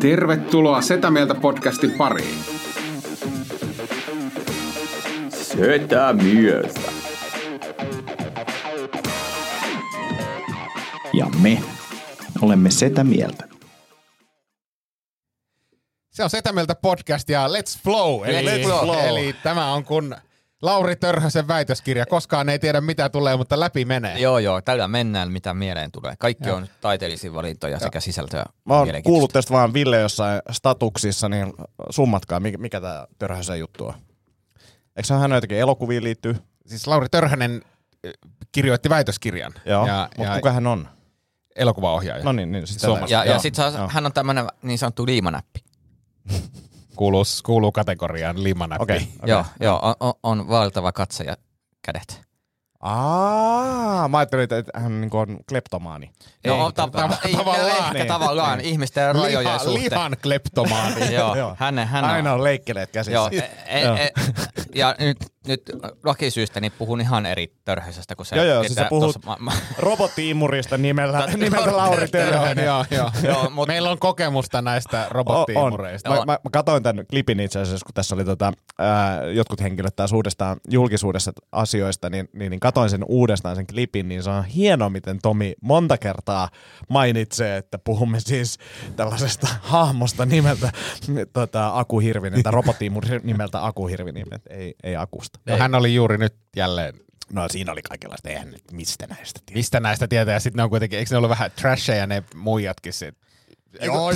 Tervetuloa Setä Mieltä podcastin pariin. Setä Mieltä. Ja me olemme Setä Mieltä. Se on Setä Mieltä podcast ja Let's Flow. Eli tämä on kun Lauri Törhösen väitöskirja. Koskaan ei tiedä mitä tulee, mutta läpi menee. Joo, tällä mennään mitä mieleen tulee. Kaikki on taiteellisia valintoja sekä sisältöä. Mä oon kuullut tästä vaan Ville jossain statuksissa, niin summatkaa, mikä tää Törhösen juttu on. Eikö hän jotenkin elokuviin liittyy? Siis Lauri Törhönen kirjoitti väitöskirjan. Joo, mutta kuka hän on? Elokuvaohjaaja. No niin ja sit hän on tämmönen niin sanottu liimanäppi. Kuuluu kategoriaan liimanäppi. Okay. Joo, on vaeltava katse ja kädet. Mä ajattelin, että hän on kleptomaani. Joo, tavallaan ihmisten rajojen suhteen. Lihan kleptomaani. Joo, hän aina on leikkeleet käsissä. Joo, ja nyt lakisyystä niin puhun ihan eri Törhösestä kuin se. Joo, siis sä puhut robottiimurista nimeltä Lauri Törhönen. Joo, mutta meillä on kokemusta näistä robottiimureista. Mä katsoin tämän klipin itse asiassa, kun tässä oli jotkut henkilöt taas uudestaan julkisuudessa asioista, niin katsoin sen uudestaan sen klipin, niin se on hienoa, miten Tomi monta kertaa mainitsee, että puhumme siis tällaisesta hahmosta nimeltä Aku Hirvinen, tai robottiimuri nimeltä Aku Hirvinen, ei Akusta. No, hän oli juuri nyt jälleen. No siinä oli kaikenlaista, eihän nyt mistä näistä tietää. Mistä näistä tietää, ja sitten ne on kuitenkin, eikö ne ollut vähän trasheja ne muijatkin sit? Joo.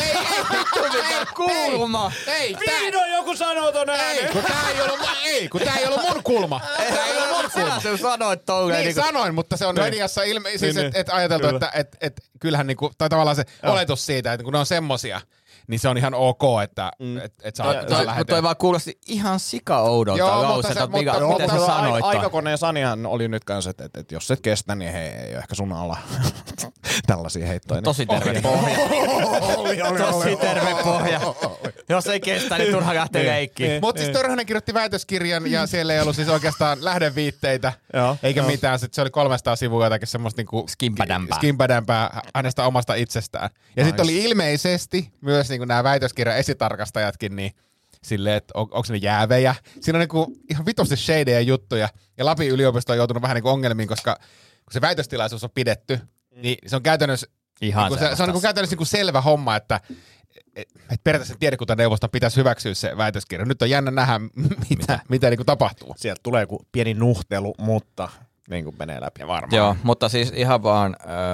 Ei, kulma! Vihdoin joku sanoo ton ääneen! Kun tää ei ollut mun kulma. Tää ei ollut mun kulma. Sä sanoit tolleen. Niin sanoin, mutta se on mediassa siis et ajateltu, että kyllähän niinku, tai tavallaan se oletus siitä, että kun ne on semmosia, niin se on ihan ok, että saa lähettää. Mutta toi vaan kuulosti ihan sika-oudolta lauselta, mitä sä sanoit. Aikakoneen Sanihan oli nyt kanssa, että jos et kestä, niin hei, ei ole ehkä sun alla tällaisia heittoja. Tosi terve pohja. Tosi terve pohja. Jos ei kestä, niin turha lähteä leikkiin. Mutta siis Törhönen kirjoitti väitöskirjan ja siellä ei ollut siis oikeastaan lähdeviitteitä, eikä mitään. Se oli 300 sivua jotakin semmoista niinku skimpädämpää hänestä omasta itsestään. Ja sitten oli ilmeisesti myös niinku nämä väitöskirjan esitarkastajatkin, niin silleen, että onko ne jäävejä. Siinä on niinku ihan vitusti shadeja juttuja. Ja Lapin yliopisto on joutunut vähän niinku ongelmiin, koska kun se väitöstilaisuus on pidetty, niin se on käytännössä ihan niinku se on niinku käytännössä niinku selvä homma, että periaatteessa tiedekuntaneuvoston pitäisi hyväksyä se väitöskirja. Nyt on jännä nähdä, mitä niinku tapahtuu. Sieltä tulee pieni nuhtelu, mutta niin kuin menee läpi varmaan. Joo, mutta siis ihan vaan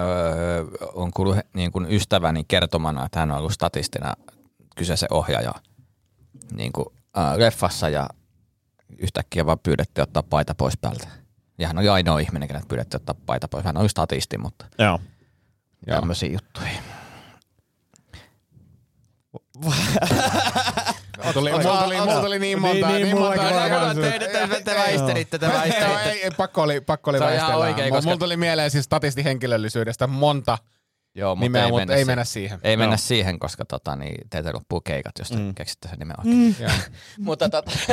on kuullut niin kuin ystäväni kertomana, että hän on ollut statistina kyseisen ohjaaja niin kuin, leffassa ja yhtäkkiä vaan pyydettiin ottaa paita pois päältä. Ja hän oli ainoa ihminen, kenet pyydettiin ottaa paita pois. Hän oli statisti, mutta tämmöisiä juttuja. Mulla tuli niin monta. Te väistelitte. Ei, pakko oli väistellä. Mulla tuli mieleen siis statistihenkilöllisyydestä monta nimeä, mutta ei mennä siihen. Ei mennä siihen, koska teiltä loppuu keikat, jos te keksitte sen nimen oikein. Mutta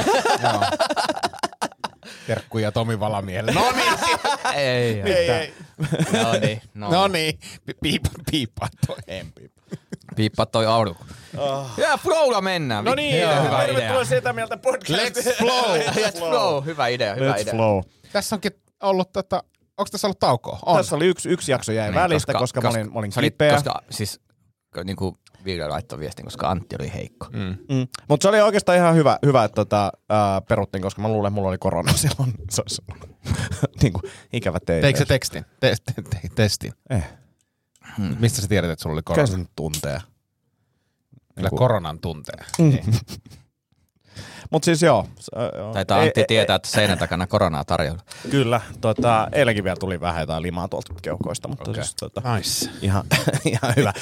Terkkuja Tomi Valamiehelle. No niin. No niin. Piippaa toi. En piippaa. Piippaa toi aurinko. Ja flowlla mennään. No niin, hyvä idea. Tulee Setä Mieltä podcast. Let's flow. Let's flow. Hyvä idea. Flow. Tässä onkin ollut onko tässä ollut taukoa? On. Tässä oli yksi jakso jäi välistä, koska mä olin kipeä. Koska siis niinku Ville laittoi viestin, koska Antti oli heikko. Mutta se oli oikeastaan ihan hyvä että peruttiin, koska mä luulen, että mulla oli korona silloin. Se olisi niinku ikävä teille. Teikö se tekstin? Testin? Mistä sä tiedät, että sulla oli korona? Kyllä sen tuntee. Kyllä koronan tuntee. Mutta siis joo. Taitaa Antti tietää, että seinän takana koronaa tarjolla. Kyllä. Eilenkin vielä tuli vähän jotain limaa tuolta keuhkoista, mutta siis, nice. Ihan hyvä.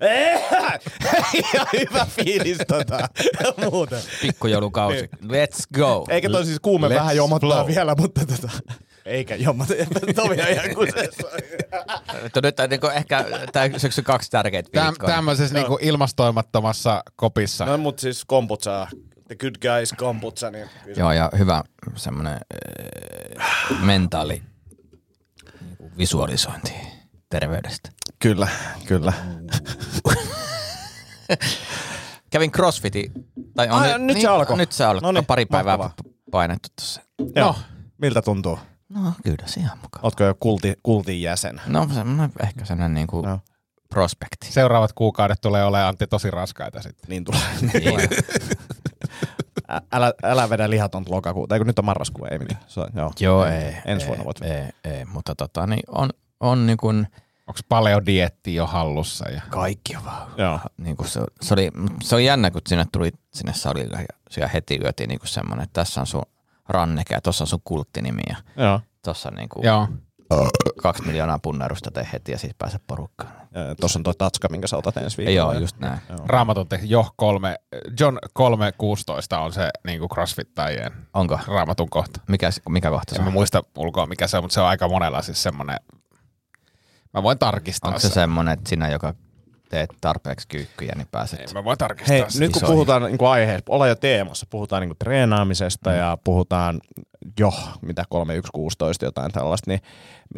Ihan hyvä fiilis muuten. Pikkujoulukausi. Let's go. Eikä toi siis kuume vähän jomottaa vielä, mutta eikä jomota. Tomi on ihan kuseessa. Nyt on niinku ehkä tää syksy 2 tärkeitä viikkoa. Tämmöisessä niinku ilmastoimattomassa kopissa. No mut siis kombutsaa. The good guys kombutsa. Niin joo, ja hyvä semmonen mentaali visualisointi terveydestä. Kyllä. Kävin CrossFitin. Nyt se alkoi. Nyt se alkoi. Noniin, Pari päivää mahtavaa. painettu tuossa. Joo. Miltä tuntuu? No kyllä se ihan mukava. Ootko jo kultin jäsen? No ehkä sellainen niinku prospekti. Seuraavat kuukaudet tulee olemaan Antti tosi raskaita sitten. Niin tulee. Älä vedä lihatonta lokakuuta. Eikö nyt on marraskuu? Ei mitään. Joo, ei. Ensi vuonna voit. Ei, mutta niin on niin kuin... Onko paleodieetti jo hallussa? Ja... Kaikki on vaan. Joo. Niin kuin se oli jännä, kun sinne tuli sinne salille ja siellä heti lyötiin niin kuin semmoinen, että tässä on sun ranneke ja tuossa on sun kulttinimi ja tuossa on niin kuin 2 miljoonaa punnerusta tee heti ja sitten pääse porukkaan. Tuossa on toi tatska, minkä sä otat ensi viikolla. Joo, just näin. Raamatun John 3.16 on se niinku CrossFit-tajien Raamatun kohta. Mikä kohta se on? En mä muista ulkoa mikä se on, mutta se on aika monella siis semmonen. Mä voin tarkistaa. Onko se semmonen, että sinä, joka teet tarpeeksi kyykkyjä, niin pääset? Ei, mä voin tarkistaa. Hei, nyt kun puhutaan niin aiheesta, ollaan jo teemassa, puhutaan niin treenaamisesta ja puhutaan mitä 3.1.16 jotain tällaista, niin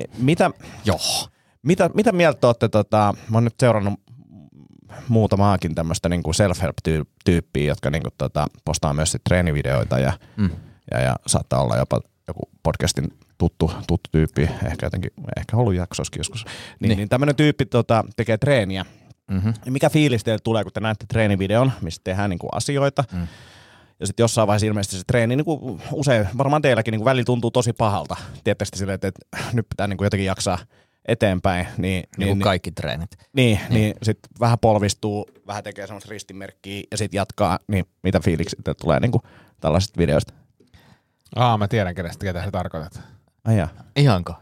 mitä mieltä olette, mä oon nyt seurannut muutamaakin tämmöistä niin self-help-tyyppiä, jotka niin kuin, postaa myös sit treenivideoita ja saattaa olla jopa joku podcastin tuttu tyyppi, ehkä ollut jaksoskin joskus, niin tämmöinen tyyppi tekee treeniä. Mm-hmm. Ja mikä fiilis teille tulee, kun te näette treenivideon, missä tehdään niin kuin asioita, ja sitten jossain vaiheessa ilmeisesti se treeni, niin kuin usein, varmaan teilläkin, niin kuin välillä tuntuu tosi pahalta. Tiedätte silleen, että nyt pitää niin kuin jotenkin jaksaa eteenpäin. Niin kaikki treenit. Niin sitten vähän polvistuu, vähän tekee semmoista ristimerkkiä ja sitten jatkaa, niin mitä fiiliksi tulee niin kuin tällaisista videoista? Mä tiedän ketä sä tarkoitat. Ihanko?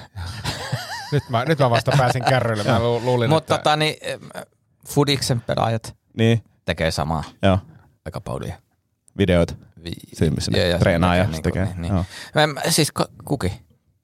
Nyt mä vasta pääsin kärryille. Mä luulin, mutta Fudiksen pelaajat tekee samaa. Joo. Aika paljon. Videoita. Siinä missä ne treenaa ja se tekee. Niin. Siis kuki?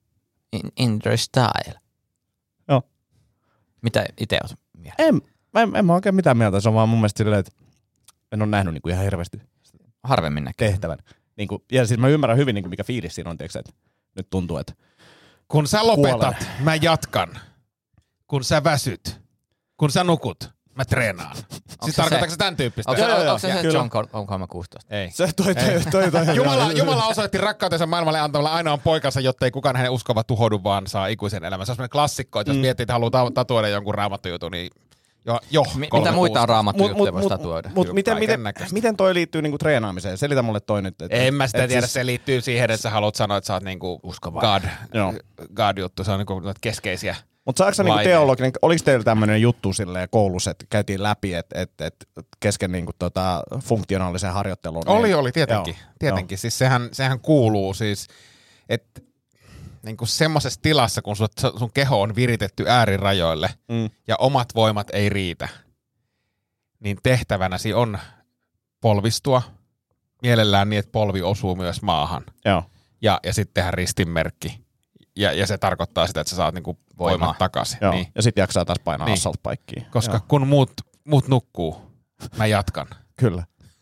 In their style. Joo. Mitä itse olet mieltä? En mä oikein mitään mieltä. Se on vaan mun mielestä silleen, että en ole nähnyt niinku ihan hirveästi harvemmin näkee tehtävän. Niinku, ja siis mä ymmärrän hyvin, niinku, mikä fiilis siinä on, tiiäksä, että nyt tuntuu, että kun sä lopetat, mä jatkan. Kun sä väsyt, kun sä nukut, mä treenaan. Siis tarkoitatko se tämän tyyppistä? Onko se John 3.16? Ei. Se toi. Jumala osoitti rakkautensa maailmalle antamalla ainoan poikansa, jottei kukaan hänen uskova tuhoudu, vaan saa ikuisen elämän. Se on semmoinen klassikko, että jos miettii, että haluaa tatuoida jonkun raamattojutun, niin mitä muita on raamattojuttuja voisi tatuoida? Miten toi liittyy niinku treenaamiseen? Selitä mulle toi nyt. En mä sitä tiedä, se liittyy siihen, että sä haluat sanoa, että sä oot niinku God-juttu. Se on niinku keskeisiä. Mutta saako niinku teologinen, oliko teillä tämmöinen juttu silleen koulussa, että käytiin läpi, että kesken niinku funktionaalisen harjoittelun? Oli, tietenkin. Tietenkin. Siis sehän kuuluu siis, että niinku semmoisessa tilassa, kun sun keho on viritetty äärirajoille ja omat voimat ei riitä, niin tehtävänäsi on polvistua mielellään niin, että polvi osuu myös maahan. Joo. Ja sitten tehdä ristinmerkki. Ja se tarkoittaa sitä, että sä saat niinku voimat takaisin. Joo. Niin. Ja sitten jaksaa taas painaa assault-paikkiin. Koska kun muut nukkuu, mä jatkan. Kyllä.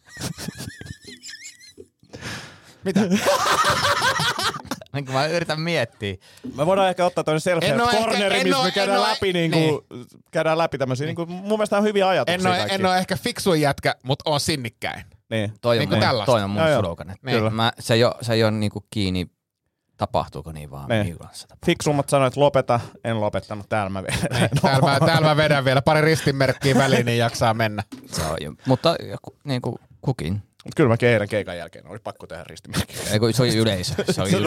Mitä? Niin mä yritän miettiä. Me voidaan ehkä ottaa toinen self-help-corneri, missä me käydään läpi tämmöisiä. Niin. Mun mielestä on hyviä ajatuksia. En ole ehkä fiksuin jätkä, mutta on sinnikkäin. Niin. Toi on mun slogan. Se ei ole niinku kiinni, tapahtuuko niin vaan. Fiksummat sanoit, että lopeta, en lopettanut, täällä mä vedän. Täällä mä vedän vielä pari ristinmerkkiä väliin, niin jaksaa mennä. Mutta niinku kukin. Mutta kyllä mäkin eilen keikan jälkeen oli pakko tehdä ristimerkki. Se oli yleisö.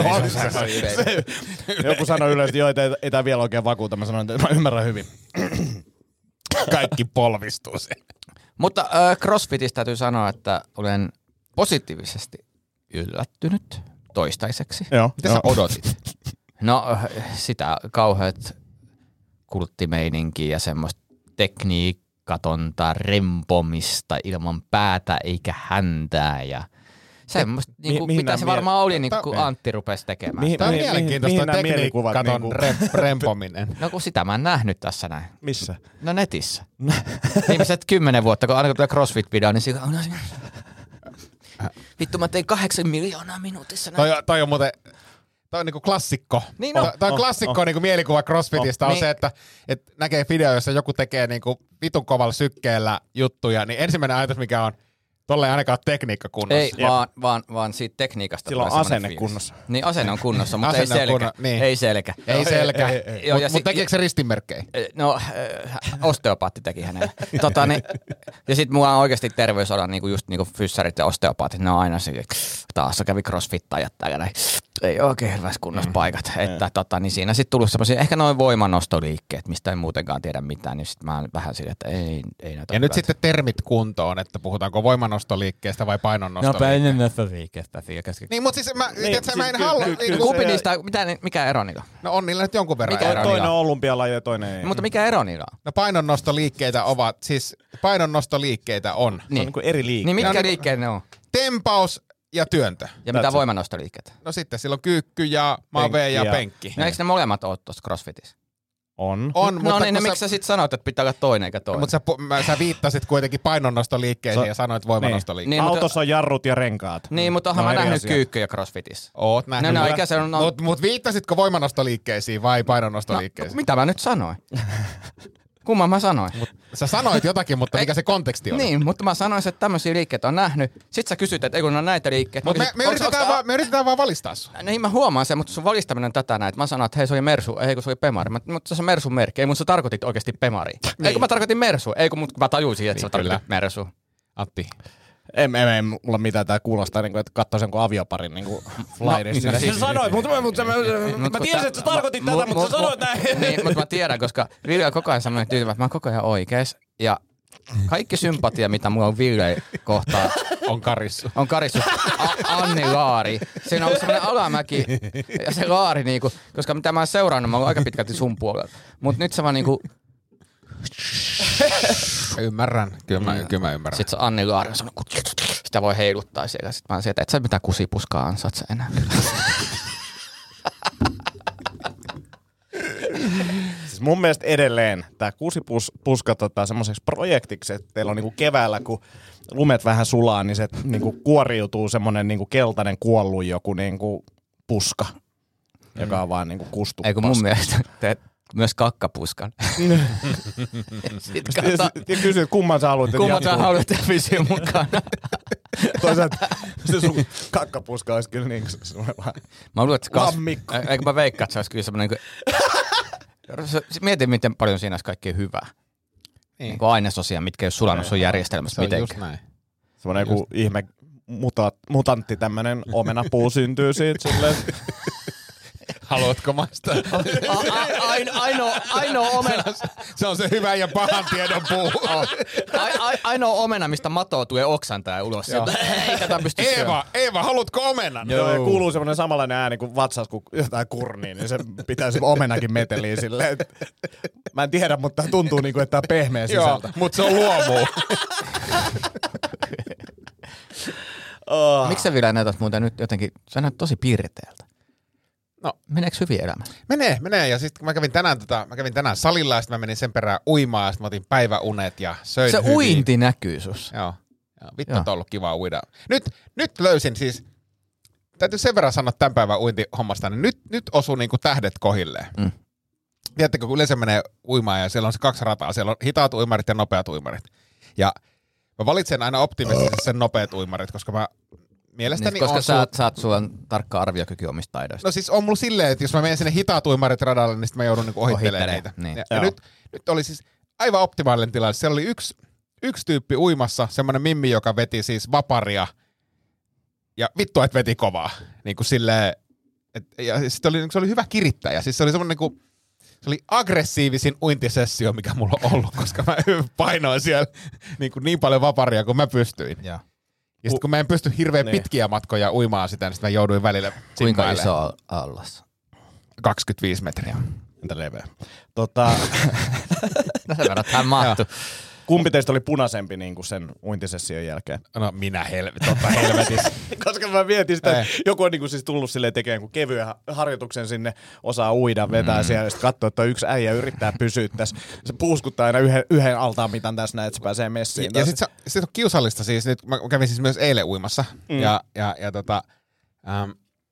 Joku sanoi yleensä, että joo, ei tää vielä oikein vakuuta. Mä sanoin, että mä ymmärrän hyvin. Kaikki polvistuu sen. Mutta CrossFitistä täytyy sanoa, että olen positiivisesti yllättynyt toistaiseksi. Joo. Mitä sä odotit? No sitä kauheat kulttimeininkiä ja semmoista tekniikatonta rempomista ilman päätä eikä häntää ja semmoista, mitä se varmaan oli, kun Antti rupesi tekemään. Tämä on mielenkiintoista tekniikaton rempominen. No kun sitä mä en nähnyt tässä näin. Missä? No netissä. Viimeiset 10 vuotta, kun aina kun tulee CrossFit-video, niin siinä vittu mä tein 8 miljoonaa minuutissa. Toi on muuten, Tää on niinku klassikko. Niin Tää on klassikko niinku mielikuva CrossFitista on se, että näkee video, jossa joku tekee niinku vitun kovalla sykkeellä juttuja, niin ensimmäinen ajatus mikä on, tolle ei ainakaan tekniikka kunnossa. Ei, vaan siitä tekniikasta. Sillä on asenne kunnossa. Niin, asenne on kunnossa, mutta ei selkä. Niin. Ei selkä. Ei selkä. Mutta tekeekö se ristinmerkkejä? No, osteopaatti teki hänelle. Ja sit mulla on oikeasti terveysalan just niinku fyssarit ja osteopaatit, ne on aina se, taas kävi crossfittajat täällä näin. Ei oikein hyvässä kunnossa paikat. Että niin siinä sitten tullut semmoisia, ehkä noin voimannostoliikkeet, mistä ei muutenkaan tiedä mitään, niin sit mä oon vähän sille, että ei näytä. Ja nyt sitten termit kuntoon, että puhutaanko voimannostoliikkeestä vai painonnostoliikkeestä? No painonnostoliikkeestä. Niin, mutta siis mä en halua. Kumpi niistä, mikä ero niillä on? No on niillä nyt jonkun verran ero. Toinen on olympialaji ja toinen ei. Mutta mikä ero niillä on? No painonnostoliikkeitä on. Niin. Se on niin kuin eri liikkeet. Niin mitkä liikkeet ne on? Tempaus ja työntö. Ja mitä voimannostoliikkeet? No sitten silloin kyykky ja mave ja penkki. No eikö ne molemmat ole tuossa CrossFitissa? On. Mutta niin, miksi sä sit sanoit, että pitää olla toinen eikä toinen? Mutta sä viittasit kuitenkin painonnostoliikkeisiin ja sanoit voimannostoliikkeisiin. Niin, autossa on jarrut ja renkaat. Niin, mutta onhan mä nähnyt kyykkyjä CrossFitissa. Oot nähnyt. No, eikä se on... Mut viittasitko voimannostoliikkeisiin vai painonnostoliikkeisiin? Mitä mä nyt sanoin? Kumman mä sanoin? Sä sanoit jotakin, mutta mikä se konteksti on? Niin, mutta mä sanoin, että tämmöisiä liikkeitä on nähnyt. Sit sä kysyt, että ei kun on näitä liikkeitä. Mutta me yritetään vaan valistaa sun. Niin mä huomaan sen, mutta sun valistaminen on tätä näin. Mä sanoin, että hei se oli Mersu, ei kun se oli Pemari. Mutta se on Mersun merkki, ei mun sä tarkoitit oikeasti Pemari. Niin. Ei kun mä tarkoitin Mersu, ei kun mä tajusin, että sä tarkoitit Mersu. Antti. Ei mulla mitään, tää kuulostaa niinku, että katsois jonkun avioparin niinku flyerissa. Sä sanoit, mutta mä tiesin, että sä tarkoitit tätä, mutta sä sanoit näin. Niin, mutta mä tiedän, koska Ville on koko ajan semmoinen tyytyvä, että mä oon koko ajan oikees. Ja kaikki sympatia, mitä mulla on Ville kohtaan, on karissu. Anni Laari. Siinä on ollut semmoinen alamäki ja se Laari niinku, koska mitä mä oon seurannut, mä oon aika pitkälti sun puolella. Mut nyt se vaan niinku... Ymmärrän. Kyllä mä ymmärrän. Sitten se Anni Laari on sanonut, sitä voi heiluttaa siellä. Sitten mä oon sieltä, et sä mitään kusipuskaa ansaatse enää. Siis mun mielestä edelleen tää kusipuska semmoiseksi projektiksi, että teillä on niinku keväällä, kun lumet vähän sulaa, niin se niinku kuoriutuu semmonen niinku keltainen kuollut joku niinku puska, joka on vaan niinku kustu. Eikö mun mielestä teet myös kakkapuskan. Ja kysyt, kumman sä haluat, ja pysyä mukana. Toisaalta se sun kakkapuska olisi kyllä niin kuin mä luulen, että lammikko. Eikö mä veikkaan, että se olisi kyllä semmoinen mietin, miten paljon siinä olisi kaikkea hyvää. Niin kuin ainesosia, mitkä ei ole sulannut sun järjestelmässä mitenkään. Se on just näin. Semmoinen joku ihme mutantti tämmönen omenapuu syntyy siitä silleen. Haluatko maistaa? Ainoa omena. Se on se hyvän ja pahan tiedon puu. Ainoa omena, mistä matoa tulee oksantaa ulos. Ei tätä pysty syömään. Eeva, haluatko omenan? Joo, ja kuuluu semmoinen samanlainen ääni kuin vatsas, kun jotain kurniin, niin se pitää se omenakin meteliin silleen. Mä en tiedä, mutta tuntuu niinku, että tää on pehmeä sisältä. Joo, mutta se on luomua. Miksi sä vielä näytät muuten nyt jotenkin, sä näytät tosi piirteeltä. No, meneekö hyvin elämä? Menee. Ja sitten mä kävin tänään salilla ja sitten mä menin sen perään uimaan ja sitten mä otin päiväunet ja söin se hyvin. Uinti näkyy sus. Joo. Vittu on ollut kivaa uida. Nyt löysin siis, täytyy sen verran sanoa tämän päivän uintihommasta, niin nyt osuu niinku tähdet kohilleen. Tiedättekö, kun yleensä menee uimaan ja siellä on se 2 rataa, siellä on hitaat uimarit ja nopeat uimarit. Ja mä valitsen aina optimistisesti sen nopeat uimarit, koska mä mielestäni niin, koska sulla on tarkka arviokyky omista taidoista. No siis on mulla silleen, että jos mä menen sinne hitaat uimarit radalle, niin sitten mä joudun niinku ohittelemaan niitä. Niin. Ja nyt oli siis aivan optimaalinen tilanne. Siellä oli yksi tyyppi uimassa, semmoinen mimmi, joka veti siis vaparia. Ja vittu, että veti kovaa. Niin kuin silleen, ja sit se oli hyvä kirittäjä. Siis se oli semmoinen niinku, se oli aggressiivisin uintisessio, mikä mulla on ollut, koska mä painoin siellä niin paljon vaparia kuin mä pystyin. Ja sitten kun mä en pysty hirveän pitkiä matkoja uimaan sitä, niin sitten mä jouduin välillä kuinka iso allas? 25 metriä. Entä leveä? No sen verran, että hän mahtui. Kumpi teistä oli punaisempi niin kuin sen uintisession jälkeen? No minä helvetissä. Koska mä mietin sitä, että joku on niin kuin siis tullut silleen tekemään kuin kevyen harjoituksen sinne, osaa uida, vetää siellä ja sitten katsoo, että yksi äijä yrittää pysyä tässä. Se puuskuttaa aina yhden altaan mitan tässä näin, että se pääsee messiin. Ja sit on kiusallista siis, nyt mä kävin siis myös eilen uimassa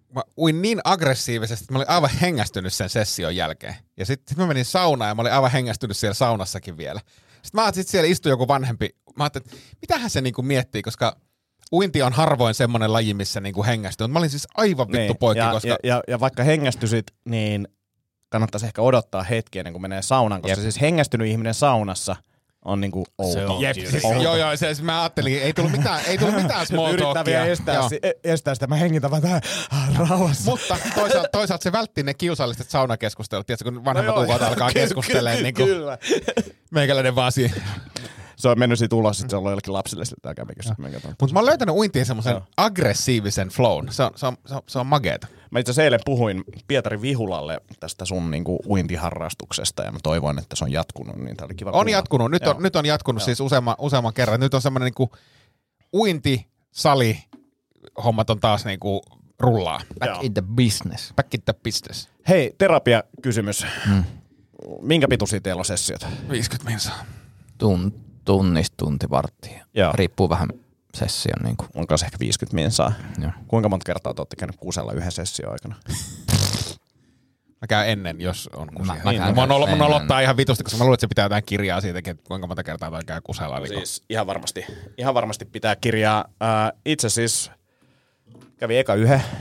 mä uin niin aggressiivisesti, että mä olin aivan hengästynyt sen session jälkeen. Ja sitten mä menin saunaan ja mä olin aivan hengästynyt siellä saunassakin vielä. Sitten mä ajattelin, että siellä istui joku vanhempi. Mä ajattelin, että mitähän se niinku miettii, koska uinti on harvoin semmoinen laji, missä niinku hengästyy. Mä olin siis aivan vittu poikki, koska... Ja vaikka hengästyisit, niin kannattaisi ehkä odottaa hetki ennen kuin menee saunaan, koska siis hengästynyt ihminen saunassa on niinku outo. Joo, siis mä ajattelin, ei tullut mitään small yrittää talkia. vielä estää sitä, mä hengitän vaan tähän rauhassa. Mutta toisaalta se vältti ne kiusalliset saunakeskustelut. Tiedätkö, kun vanhemmat ukot alkaa keskustelemaan, niin kuin meikäläinen vaan siihen. Se on mennyt siitä ulos, että se on ollut jollekin lapsille siltä Mutta mä oon löytänyt uintiin semmoisen aggressiivisen flown. Se on mageeta. Mä itse asiassa eilen puhuin Pietari Vihulalle tästä sun niinku uintiharrastuksesta ja mä toivoin, että se on jatkunut. Niin tää oli kiva on jatkunut. Nyt on jatkunut siis useamman kerran. Nyt on semmoinen niinku uintisali hommat on taas niinku rullaa. Back in the business. Back in the business. Hei, terapiakysymys. Minkä pituisia teillä on sessiot? 50 minsaa. Tunti, varttia. Riippuu vähän session. Niin kuin. On kanssa ehkä 50 minsaa. Joo. Kuinka monta kertaa te olette käynyt kusella yhden session aikana? Mä käyn ennen, jos on kusia. Mun on aloittaa ihan vitusti, koska mä luulen, että se pitää jotain kirjaa siitäkin, että kuinka monta kertaa toi käy kusella. No siis ihan varmasti pitää kirjaa. Itse siis kävin eka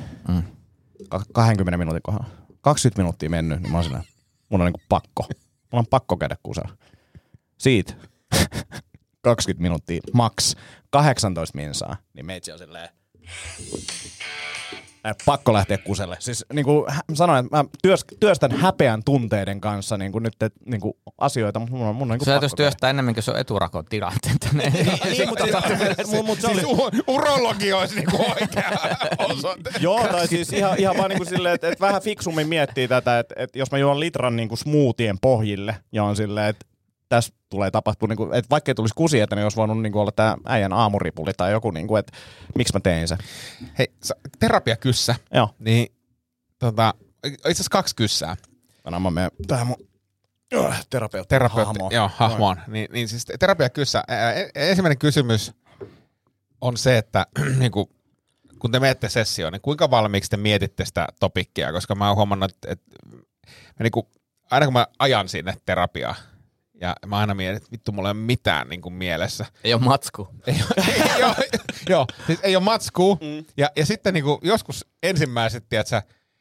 20 minuutin kohdalla. 20 minuuttia mennyt, niin mä oon silleen, mun on niinku pakko. Mun on pakko käydä kusella. Siitä 20 minuuttia, maks 18 minsaa, niin meitsi on silleen pakko lähteä kuselle. Siis niin kuin sanoin, että mä työstän häpeän tunteiden kanssa niin kuin nyt niin kuin asioita, mutta mun on niin kuin pakko. Sä työstää enemmän kuin se on eturakon tilanteet. Niin, mutta siis urologi olisi niin kuin oikea osoite. Joo, tai siis ihan vaan niin kuin silleen, että vähän fiksummin miettii tätä, että jos mä juon litran niin kuin smoothien pohjille ja on silleen, että tässä tulee tapahtua, niin kuin, että vaikka ei tulisi kusietä, niin olisi voinut niin kuin olla tämä äijän aamuripuli tai joku, niin kuin, että miksi mä tein sen. Hei, terapiakyssä. Joo. Niin, itse asiassa 2 kyssää. Tänään mä menen tähän mun terapeutti hahmoon. Niin siis terapiakyssä. Ensimmäinen kysymys on se, että niin kuin, kun te menette sessioon, niin kuinka valmiiksi te mietitte sitä topikkia, koska mä oon huomannut, että niin kuin, aina kun mä ajan sinne terapiaan, ja mä aina mietin, että vittu, mulla ei ole mitään niin kuin mielessä. Ei ole matsku. Joo, siis ei ole matsku. Ja sitten niin kuin joskus ensimmäiset, tiedätkö,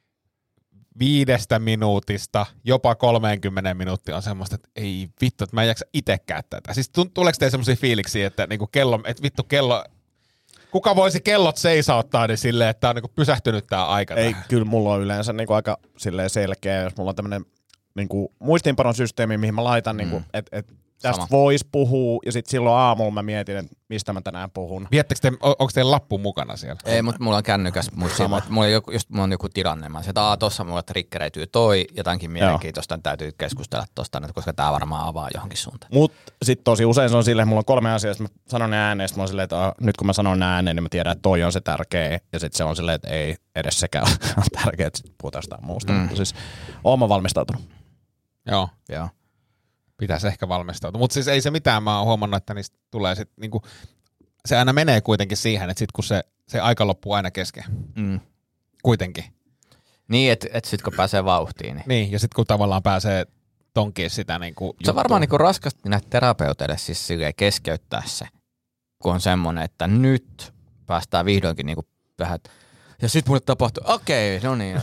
5 minuutista, jopa 30 minuuttia on semmoista, että ei vittu, että mä en jaksa itsekään tätä. Siis tuleeko teille semmoisia fiiliksiä, että niinku kello, kuka voisi kellot seisauttaa niin silleen, että on niinku pysähtynyt tää aika? Ei, kyllä mulla on yleensä niinku aika silleen selkeä, jos mulla on tämmönen niinku muistiinpanon systeemi, mihin mä laitan, niinku, että tästä voisi puhua, ja sitten silloin aamulla mä mietin, että mistä mä tänään puhun. Onko teillä lappu mukana siellä? Ei, mutta mulla on kännykäs mulla on joku tilanne. Mä sanoin, että tossa mulla triggeröityy jotakin mielenkiintoista, täytyy keskustella tosta, koska tää varmaan avaa johonkin suuntaan. Mut sit tosi usein se on silleen, että mulla on 3 asiaa, mä sanon ne ääneen, sit mä oon silleen, että nyt kun mä sanon ne ääneen, niin mä tiedän, että toi on se tärkeä, ja sit se on silleen, että ei edes sekään ole tärkeä, että sit puhutaan sitä muusta. Mutta siis oon mä valmistautunut. Joo. Pitäisi ehkä valmistautua. Mutta siis ei se mitään, mä oon huomannut, että niistä tulee sitten, niinku, se aina menee kuitenkin siihen, että sit kun se aika loppuu aina kesken. Kuitenkin. Niin, että sit kun pääsee vauhtiin. Niin, ja sitten kun tavallaan pääsee tonkiin sitä niinku se on varmaan niinku raskasta näitä terapeuteille siis silleen keskeyttää se, kun on semmoinen, että nyt päästään vihdoinkin niinku vähän. Ja sit mulle tapahtui, no niin.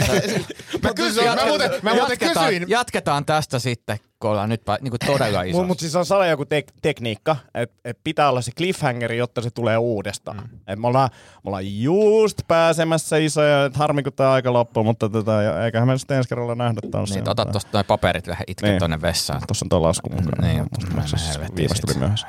Mä muuten kysyin. Jatketaan tästä sitten, kun ollaan nyt niinku todella isossa. Mutta siis on joku tekniikka, että pitää olla se cliffhangeri, jotta se tulee uudestaan. Et me ollaan just pääsemässä isoja, että harmi kun tää aika loppuu, mutta eiköhän me sitten ensi kerralla nähdä taas. Niin, ota tosta noin paperit vähän itke tonne vessaan. Tossa on tuo lasku mukaan. Niin, viimeistä tuli myöhässä.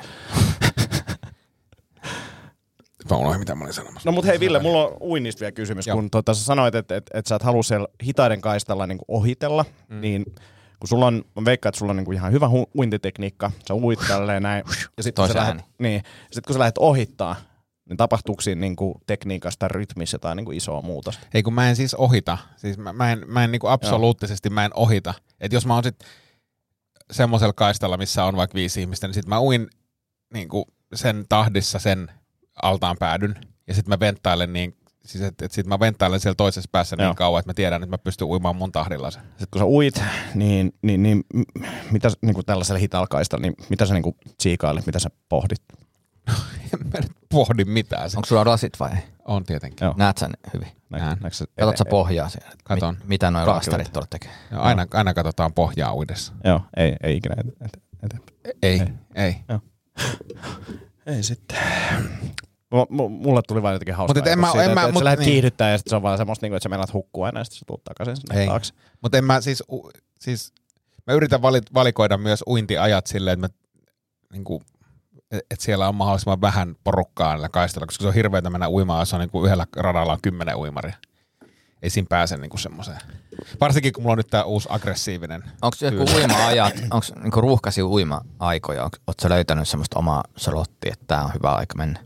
Mä unohdin, mitä mä olin sanomassa. No mut hei Ville, mulla on uinnista vielä kysymys. Joo. Kun sä sanoit, että sä et halua siellä hitaiden kaistalla niinku ohitella, niin kun sulla on, mä veikkaan, että sulla on niinku ihan hyvä uintitekniikka, sä uit tälleen näin, ja sit kun sä lähdet ohittaa, niin tapahtuuko siinä niinku tekniikasta tai rytmissä jotain niinku isoa muutosta? Ei kun mä en siis ohita, siis mä en niinku absoluuttisesti mä en ohita. Et jos mä oon sit semmosella kaistalla, missä on vaikka 5 ihmistä, niin sit mä uin niinku sen tahdissa sen altaan päädyn, ja sitten mä venttailen niin Siis että sit mä venttailen siellä toisessa päässä niin kauan, että mä tiedän, että mä pystyn uimaan mun tahdilla sen. Sitten kun sä uit, niin mitä niin tällaisella hitalkaista, niin mitä sä niin tsiikailet, mitä sä pohdit? En mä nyt pohdi mitään. Onko sulla lasit vai? On tietenkin. Joo. Näet sen hyvin? Katsot sä pohjaa siellä? Katon. Mitä noi lastarit tuolla tekee? Joo, aina katsotaan pohjaa uidessa. Joo, ei ikinä eteenpäin. Ei. Joo. Ei sitten. Mulle tuli vaan jotenkin hauskaa. Mutta sä lähdet kiihdyttää ja sitten se on vaan semmoista, että sä menet hukkuu aina ja sitten sä tuut takaisin sinne taakse. Mutta en mä siis mä yritän valikoida myös uintiajat silleen, että niinku, että siellä on mahdollisimman vähän porukkaa näillä kaistalla, koska se on hirveätä mennä uimaan, jos on niinku yhdellä radalla on 10 uimaria. Ei siinä pääse niinku semmoiseen. Varsinkin kun mulla on nyt tää uusi aggressiivinen. Onko joku uima-ajat, onko niinku ruuhkaisia uima-aikoja? Ootko sä löytänyt semmoista omaa slottia, että tää on hyvä aika mennä?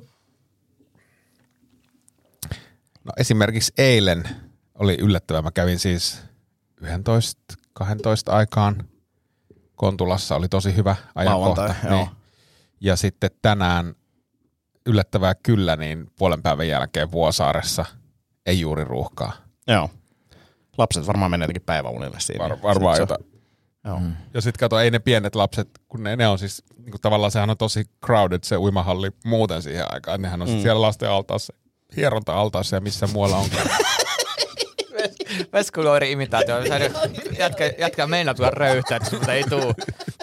No esimerkiksi eilen oli yllättävää. Mä kävin siis 11-12 aikaan. Kontulassa oli tosi hyvä ajankohta. Niin. Ja sitten tänään yllättävää kyllä, niin puolen päivän jälkeen Vuosaaressa ei juuri ruuhkaa. Joo. Lapset varmaan menee jotenkin päiväunille siinä. Varmaan jotain. Joo. Ja sitten kato, ei ne pienet lapset, kun ne on siis, niin tavallaan sehän on tosi crowded se uimahalli muuten siihen aikaan. Nehän on siellä lasten altaassa, hieronta-altaassa ja missä muualla onkaan. Veskuloiri imitaatio. Jätkä meinaa tulla röyhtää, mutta ei tuu.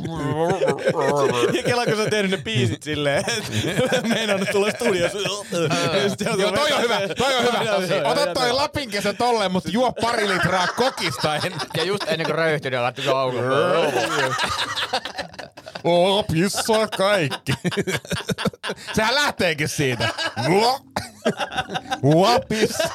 Ja kela, kun sä oot tehnyt ne biisit silleen, että meinaa tulla studiossa. Joo, toi on hyvä. Ota toi Lapinkesä tolleen, mutta juo 2 litraa kokista ennen. Ja just ennen kuin röyhtyy, niin laittoi aukon. Lapissa kaikki. Sehän lähteekin siitä. Lapissa.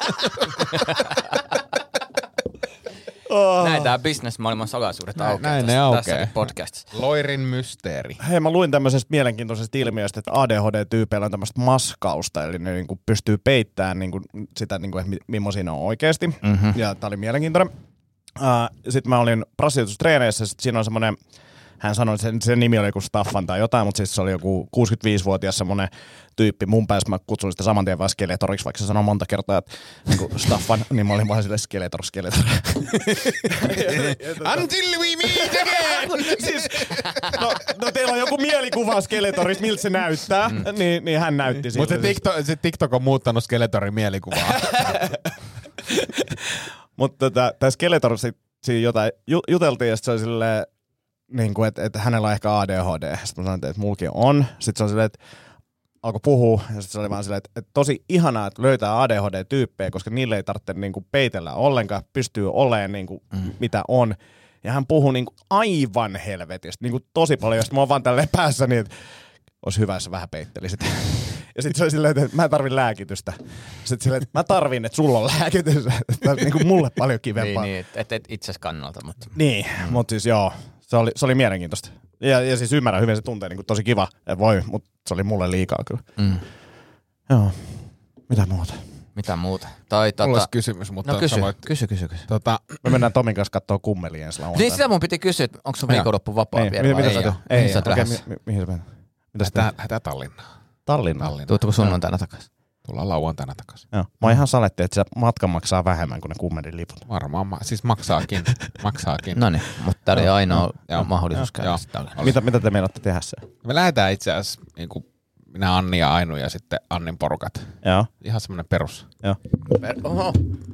Näin tää business-maailman salaisuudet aukeaa. Näin ne aukeaa. Tässäkin podcastissa. Loirin mysteeri. Hei, mä luin tämmöisestä mielenkiintoisesta ilmiöstä, että ADHD-tyypeillä on tämmöistä maskausta, eli ne niinku pystyy peittämään niinku sitä, niinku, että millaisia ne on oikeasti. Mm-hmm. Ja tää oli mielenkiintoinen. Sitten mä olin brassitustreeneissä, sit siinä on semmoinen, hän sanoi, että sen nimi oli joku Staffan tai jotain, mutta siis se oli joku 65-vuotias semmoinen tyyppi. Mun päässä mä kutsuin sitä saman tien vaan Skeletoriksi, vaikka se sanoi monta kertaa, että niin Staffan, niin mä olin vaan silleen Skeletor. Until we meet again! Siis, no teillä on joku mielikuva Skeletorista, miltä se näyttää, niin hän näytti siltä. Mutta se TikTok on muuttanut Skeletorin mielikuvaa. Mutta tää Skeletor siinä jotain juteltiin ja sitten se oli silleen, niin kuin, että hänellä on ehkä ADHD. Sitten mä sanoin, että mulki on. Sitten se on silleen, että alkoi puhua. Ja sitten se oli vaan silleen, että tosi ihanaa, että löytää ADHD-tyyppejä, koska niille ei tarvitse niin kuin peitellä ollenkaan. Pystyy olemaan niin kuin, mitä on. Ja hän puhuu niin kuin aivan helvetistä. Niin kuin tosi paljon. Ja sitten mä oon vaan tälleen päässä niin, että olisi hyvä, jos vähän peittelisit. Ja sitten se oli silleen, että mä en tarvi lääkitystä. Sitten silleen, että mä tarvin, että sulla on lääkitys. Tämä on niin kuin mulle paljon kivempaa. Niin, että itses kannalta. Mutta. Niin, mutta siis joo. Se oli mielenkiintoista. Ja siis ymmärrän hyvin, se tuntee niin kuin tosi kiva. Mutta se oli mulle liikaa kyllä. Joo. Mitä muuta? Mulla olisi kysymys, mutta no kysy. Me mennään Tomin kanssa katsoa kummelia ensi lauantaina. Niin sitä mun piti kysyä, että onko sun viikonloppu vapaa vielä vai ei ole? Mihin sä oot lähdössä? Mihin sä menet? Lähdetään Tallinnaan. Tallinnaan? Tuutko sunnuntaina takaisin? Tullaan lauantaina takaisin. Joo. Mä oon ihan saletti, että se matka maksaa vähemmän kuin ne kummelin liput. Varmaan, siis maksaakin. No niin, mutta tää oli ainoa mahdollisuus käydä. Mitä te meinaatte tehdä se? Me lähdetään itse asiassa niin kuin minä, Anni ja Ainu ja sitten Annin porukat. Joo. Ihan semmoinen perus. Joo. Oho.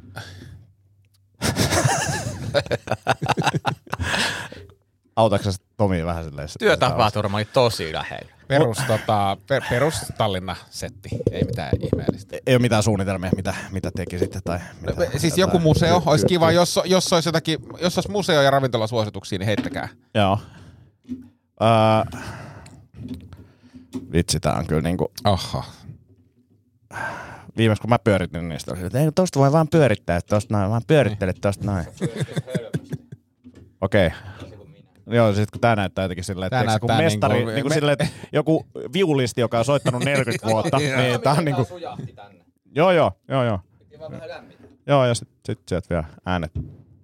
Autatko sä Tomi vähän silleen? Työtapaturma oli tosi lähellä. Perus Tallinna-setti. Ei mitään ihmeellistä. Ei ole mitään suunnitelmia, mitä tekisitte tai mitä, siis joku museo. Olisi kiva, jos olisi jotakin, jos olisi museo- ja ravintolasuosituksia, niin heittäkää. Joo. Vitsi, tää on kyllä niinku. Aha. Viimeis kun mä pyöritin niistä, oli, että ei tosta voi vaan pyörittää, tosta noin, vaan pyörittele tosta noin. Okei. Joo, sit kun tää näyttää jotenkin silleen, että kun mestari, niinku silleen, että joku viulisti, joka on soittanut 40 vuotta, niin tää on niinku. Joo. Joo, ja sit sieltä vielä äänet.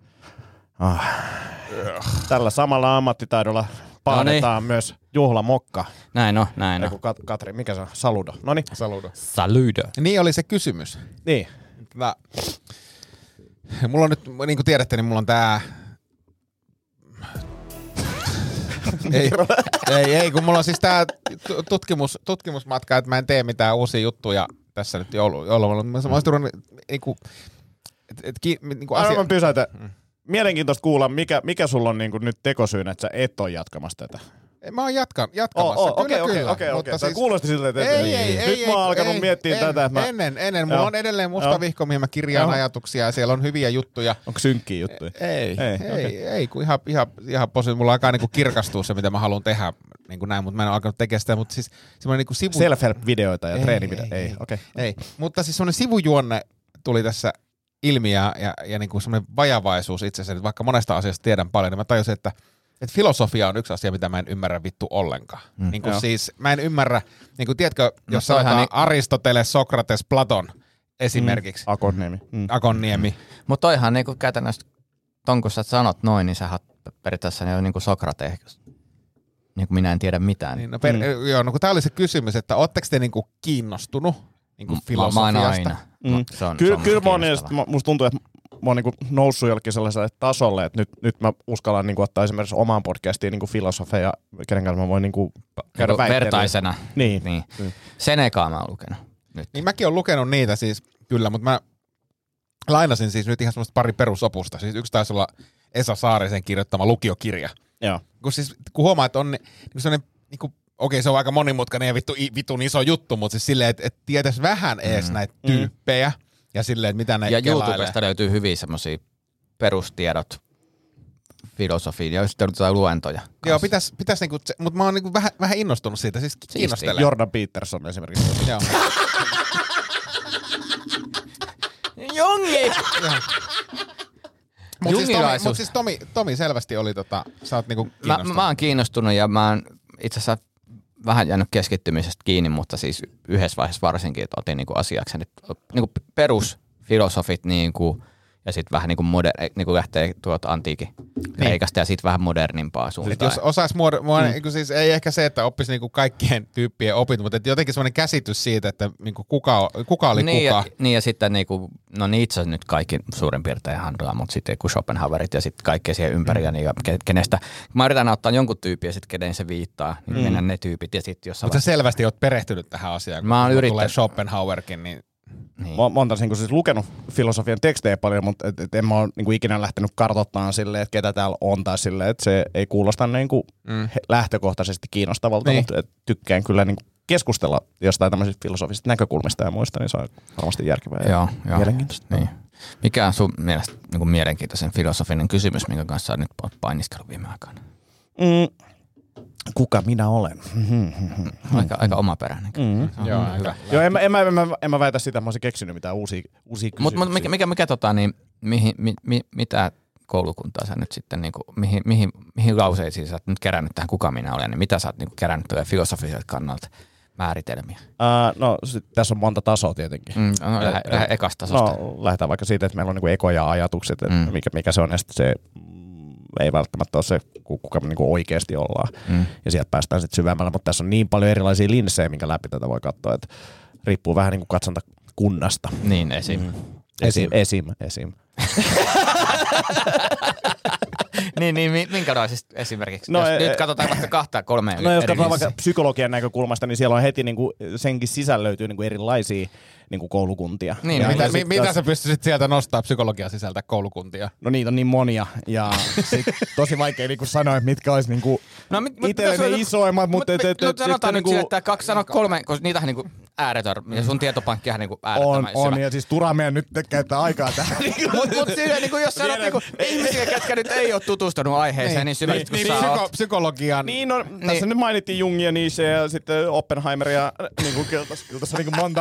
Tällä samalla ammattitaidolla paadetaan myös juhlamokka. Näin on. Katri, mikä se on? Saludo. Noniin. Saludo. Niin oli se kysymys. Niin. mulla on nyt, niin kuin tiedätte, niin mulla on tää... ei, kun mulla on siis tää tutkimusmatka, että mä en tee mitään uusia juttuja tässä nyt joulun. Mä olisin ruvennut niinku... Aivan pysäytä. Mielenkiintoista kuulla, mikä sulla on niinku nyt tekosyynä, että sä et ole jatkamassa tätä. Mä oon jatkamassa. Okei. Siis... Kuulosti siltä, että nyt mä oon alkanut miettiä tätä. Että ennen. Mulla on edelleen musta vihko, mihin mä kirjaan ajatuksia ja siellä on hyviä juttuja. Onko synkkiä juttuja? Ei, kun ihan positiivisesti. Mulla alkaa niinku kirkastua se, mitä mä haluan tehdä. Niin kuin näin, mutta mä en ole alkanut tekemään sitä. Mutta siis semmoinen niinku sivu... Self-help-videoita ja treenivideoita. Ei. Mutta siis semmoinen sivujuonne tuli tässä ilmi ja niinku semmoinen vajavaisuus itsessä. Että vaikka monesta asiasta tiedän paljon, niin mä tajusin, että filosofia on yksi asia, mitä mä en ymmärrä vittu ollenkaan. Niin kuin siis, mä en ymmärrä, niin kuin tiedätkö, jos sanotaan Aristoteles, Sokrates, Platon esimerkiksi. Akonniemi. Mutta toihan niin kuin käytännössä, ton kun sä sanot noin, niin sä oot periaatteessa niin kuin Sokrates, niin kuin minä en tiedä mitään. Niin, joo, no kun tää oli se kysymys, että ootteko te niin kuin kiinnostunut niin kuin filosofiasta? Mä aina. Kyllä musta tuntuu, että mä oon niinku noussut jollekin sellaiselle tasolle, että nyt mä uskallan niinku ottaa esimerkiksi omaan podcastiin niinku filosofeja, kenen kanssa mä voin niinku käydä väitteellä. Vertaisena. Niin. Senekaa mä oon lukenut nyt. Niin mäkin oon lukenut niitä siis, kyllä, mutta mä lainasin siis nyt ihan semmoista pari perusopusta. Siis yksi taisi olla Esa Saarisen kirjoittama lukiokirja. Joo. Kun huomaa, että on niin sellainen, niin okei, se on aika monimutkainen ja vitun iso juttu, mutta siis silleen, että tietäisi vähän ees näitä tyyppejä. Ja silleen, että mitä ne ja YouTubesta löytyy hyviä semmosia perustiedot filosofiin ja sitten jotain luentoja. Joo, pitäis niinku, mutta mä oon niinku vähän innostunut siitä, siis kiinnostelee. Jordan Peterson esimerkiksi. Joo. Jongi! Mutta siis Tomi selvästi oli sä oot niinku kiinnostunut. Mä oon kiinnostunut ja mä oon itse asiassa vähän jäänyt keskittymisestä kiinni, mutta siis yhdessä vaiheessa varsinkin, että otin niinku asiakseni niinku perusfilosofit niinku, ja sitten vähän niinku lähtee tuolta antiikin Kreikasta ja sitten vähän modernimpaa suuntaan. Jos osais niinku siis ei ehkä se, että oppisi niinku kaikkien tyyppien opit, mutta jotenkin semmoinen käsitys siitä, että niinku kuka oli kuka. Niin ja sitten niinku, no Nietzsche nyt kaikki suurin piirtein handlaa, mutta sitten kun Schopenhauerit ja sitten kaikkea siihen ympäri niin kenestä. Mä yritän ottaa jonkun tyypin ja sitten kenen se viittaa, niin mennä ne tyypit ja sitten jossain. Mutta sä selvästi oot perehtynyt tähän asiaan, kun tulee Schopenhauerkin, niin... Mä oon taas siis lukenut filosofian tekstejä paljon, mutta en mä ole niinku ikinä lähtenyt kartoittamaan silleen, että ketä täällä on tai silleen, että se ei kuulosta niinku lähtökohtaisesti kiinnostavalta, mutta tykkään kyllä niinku keskustella jostain tämmöisistä filosofisista näkökulmista ja muista, niin se on varmasti järkevää ja mielenkiintoista. Niin. Mikä on sun mielestä niinku mielenkiintoisen filosofinen kysymys, minkä kanssa sä nyt oot painiskellut viime aikoina? Kuka minä olen? Aika omaperäinen. Joo, hyvä. Joo, en mä väitä sitä, mä olisin keksinyt mitään uusia kysymyksiä. Mutta mitä koulukuntaa sä nyt sitten, niinku, mihin lauseisiin sä oot nyt kerännyt tähän kuka minä olen, niin mitä sä oot niinku kerännyt filosofiselta kannalta määritelmiä? No tässä on monta tasoa tietenkin. Lähde ekasta tasosta. No lähdetään vaikka siitä, että meillä on niinku ekoja ajatukset, että mikä se on, ja se ei välttämättä ole se, kuka niinku oikeasti ollaan. Ja sieltä päästään sitten syvemmällä, mutta tässä on niin paljon erilaisia linssejä, minkä läpi tätä voi katsoa, että riippuu vähän niinku katsontakunnasta. Niin, esim. niin, minkälaisista esimerkiksi? No, nyt katsotaan vaikka 2-3 No jos katsotaan vaikka psykologian näkökulmasta, niin siellä on heti niinku, senkin sisällä löytyy niinku erilaisia niinku koulukuntia. Niin, mitä sä pystyisit sieltä nostaa psykologian sisältä koulukuntia? No niitä on niin monia ja sit tosi vaikea niinku sanoa, mitkä olisi niinku itselle ne isoimmat, mutta sanotaan nyt sille, että 2 sanoa 3, koska niitähän niinku ääretön ja sun tietopankkihan niinku äärettömän on ja siis turhaa meidän nyt käyttää aikaa tähän. Mut silleen niinku jos sanot niinku ihmisiä, ketkä nyt ei ole tutustunut aiheeseen niin syvästi kuin sä oot. Psykologian. Niin, no tässä nyt mainittiin Jungia, Nietzsche ja sitten Oppenheimer ja niinku kiltassa niinku monta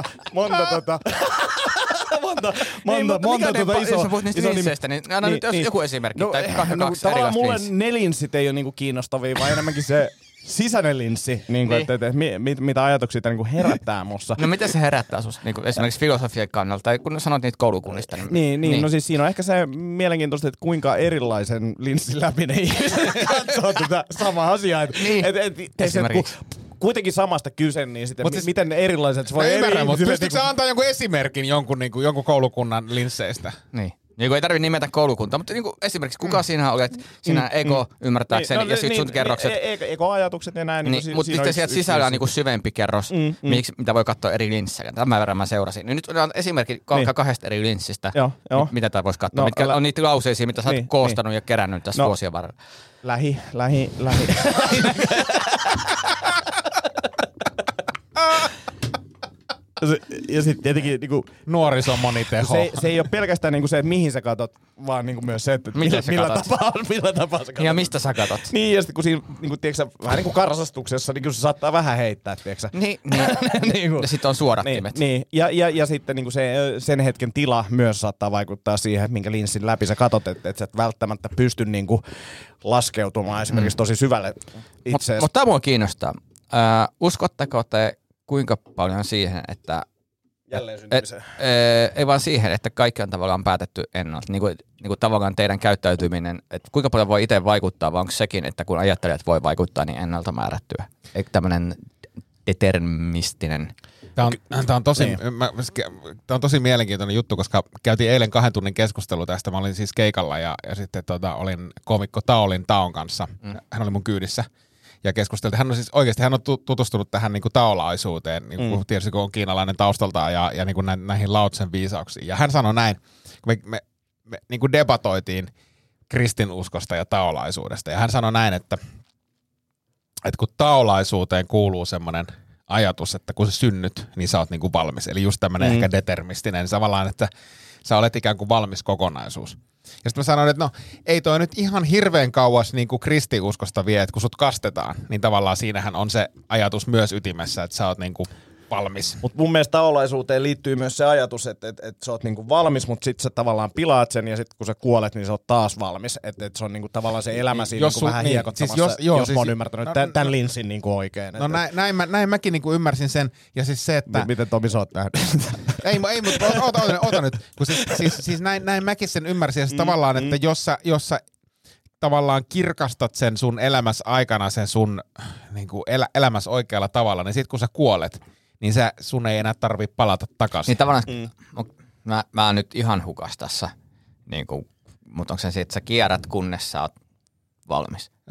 isoa. Jos sä puhut niistä linsseistä, niin anna nyt joku esimerkki tai kaksi tavallaan mulle ne linssit ei ole niinku kiinnostavia, vaan enemmänkin se sisäinen linssi, niinku, että mitä ajatuksia tämä niinku herättää mussa. No miten se herättää sus niinku esimerkiksi filosofian kannalta, tai kun sanot niitä koulukunnista? Niin, no siis siinä on ehkä se mielenkiintoista, että kuinka erilaisen linssin läpi ne ihmiset katsoo tätä samaa asiaa. Esimerkiksi. kuitenkin samasta kyse, niin sitten siis, miten erilaiset se voi ymmärrän, mutta pystytkö sä antaa jonkun esimerkin jonkun koulukunnan linsseistä? Niin. Niin ei tarvitse nimetä koulukuntaa, mutta niin esimerkiksi kuka sinä olet, sinä ego ymmärtääkseni, ja sitten sun kerrokset. Ego-ajatukset ja näin. Mutta sitten sieltä sisällä on niin syvempi kerros, mitä voi katsoa eri linssejä. Tämän verran mä seurasin. Nyt on esimerkki 2 eri linssistä, mitä tää voisi katsoa. Mitkä on niitä lauseisia, mitä sä oot koostanut ja kerännyt tässä vuosien varrella. Lähi. Ja sitten tietenkin niinku, nuorisomoniteho. Se ei ole pelkästään niinku se, että mihin sä katot, vaan niinku myös se, että millä tapaa sä katot. Ja mistä sä katot. Niin, ja sitten kun siinä niinku, tiiäksä, vähän niin kuin karsastuksessa, niin se saattaa vähän heittää, tiiäksä. Niin. Ja sitten on suodattimet. Niin. Ja sitten niinku sen hetken tila myös saattaa vaikuttaa siihen, että minkä linssin läpi sä katot, että sä et välttämättä pysty niinku laskeutumaan esimerkiksi tosi syvälle itseesi. Mutta tämä mua kiinnostaa. Uskotteko te kuinka paljon siihen, että ei vaan siihen, että kaikki on tavallaan päätetty ennalta. Niin kuin tavallaan teidän käyttäytyminen, että kuinka paljon voi itse vaikuttaa, vai onko sekin, että kun ajattelijat voi vaikuttaa, niin ennalta määrättyä? Eikö tämmöinen deterministinen? Tämä on tosi mielenkiintoinen juttu, koska käytiin eilen 2 tunnin keskustelu tästä. Mä olin siis keikalla ja sitten olin koomikko Taon kanssa. Hän oli mun kyydissä. Ja keskusteltiin. Hän on tutustunut tähän niin kuin taolaisuuteen, niin kuin tietysti kun on kiinalainen taustaltaan ja niin kuin näihin Lao Tsen viisauksiin. Ja hän sanoi näin, kun me niin kuin debatoitiin kristinuskosta ja taolaisuudesta. Ja hän sanoi näin, että kun taolaisuuteen kuuluu semmoinen ajatus, että kun sä synnyt, niin sä oot niin kuin valmis. Eli just tämmöinen ehkä determistinen, niin tavallaan, että sä olet ikään kuin valmis kokonaisuus. Ja sitten mä sanoin, että no ei toi nyt ihan hirveän kauas niin kuin kristiuskosta vie, että kun sut kastetaan, niin tavallaan siinähän on se ajatus myös ytimessä, että sä oot niin kuin valmis. Mutta mun mielestä taolaisuuteen liittyy myös se ajatus, että sä oot niinku valmis, mutta sit sä tavallaan pilaat sen ja sitten kun sä kuolet, niin sä oot taas valmis. Että se on niinku tavallaan se elämä siinä niinku vähän hiekottamassa, jos mä oon ymmärtänyt tämän linssin niinku oikein. No näin mäkin niinku ymmärsin sen. Ja siis se, että... Miten Tomi sä oot nähnyt? ei, mutta ota nyt. Kun siis näin mäkin sen ymmärsin. Ja siis tavallaan, että jos sä tavallaan kirkastat sen sun elämässä aikana sen sun niinku elämässä oikealla tavalla, niin sit kun sä kuolet, niin sun ei enää tarvitse palata takaisin. Niin tavallaan, mä oon nyt ihan hukas tässä, niin kuin, mutta onko se että sä kierrät, kunnes sä oot valmis? No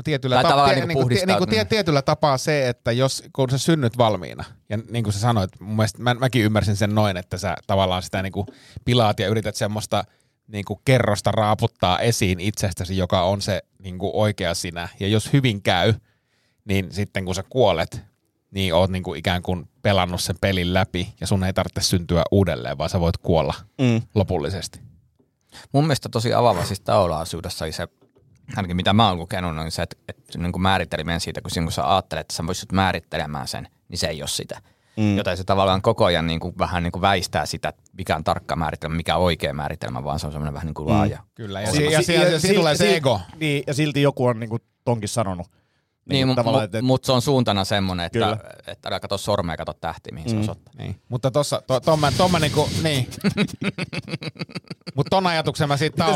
tietyllä tapaa se, että kun sä synnyt valmiina, ja niin kuin sä sanoit, mun mielestä mäkin ymmärsin sen noin, että sä tavallaan sitä niin kuin pilaat ja yrität semmoista niin kuin kerrosta raaputtaa esiin itsestäsi, joka on se niin kuin oikea sinä. Ja jos hyvin käy, niin sitten kun sä kuolet, niin oot niinku ikään kuin pelannut sen pelin läpi ja sun ei tarvitse syntyä uudelleen, vaan sä voit kuolla lopullisesti. Mun mielestä tosi avaava siis taolaisuudessa oli se, ainakin mitä mä oon lukenut, on se, että niin määritelmien siitä, kun sä ajattelet, että sä voisit määrittelemään sen, niin se ei ole sitä. Joten se tavallaan koko ajan niin kuin, vähän niin kuin väistää sitä, mikä on tarkka määritelmä, mikä on oikea määritelmä, vaan se on semmoinen vähän niin kuin laaja. Kyllä, ja siinä tulee se ego. Niin, ja silti joku on niin kuin tonkin sanonut. Niin, mutta se on suuntana semmoinen, että älä katso sormea ja katso tähtiä, mihin se osoittaa. Niin. Mutta tomma niinku, niin. Mutta ton ajatuksen mä siitä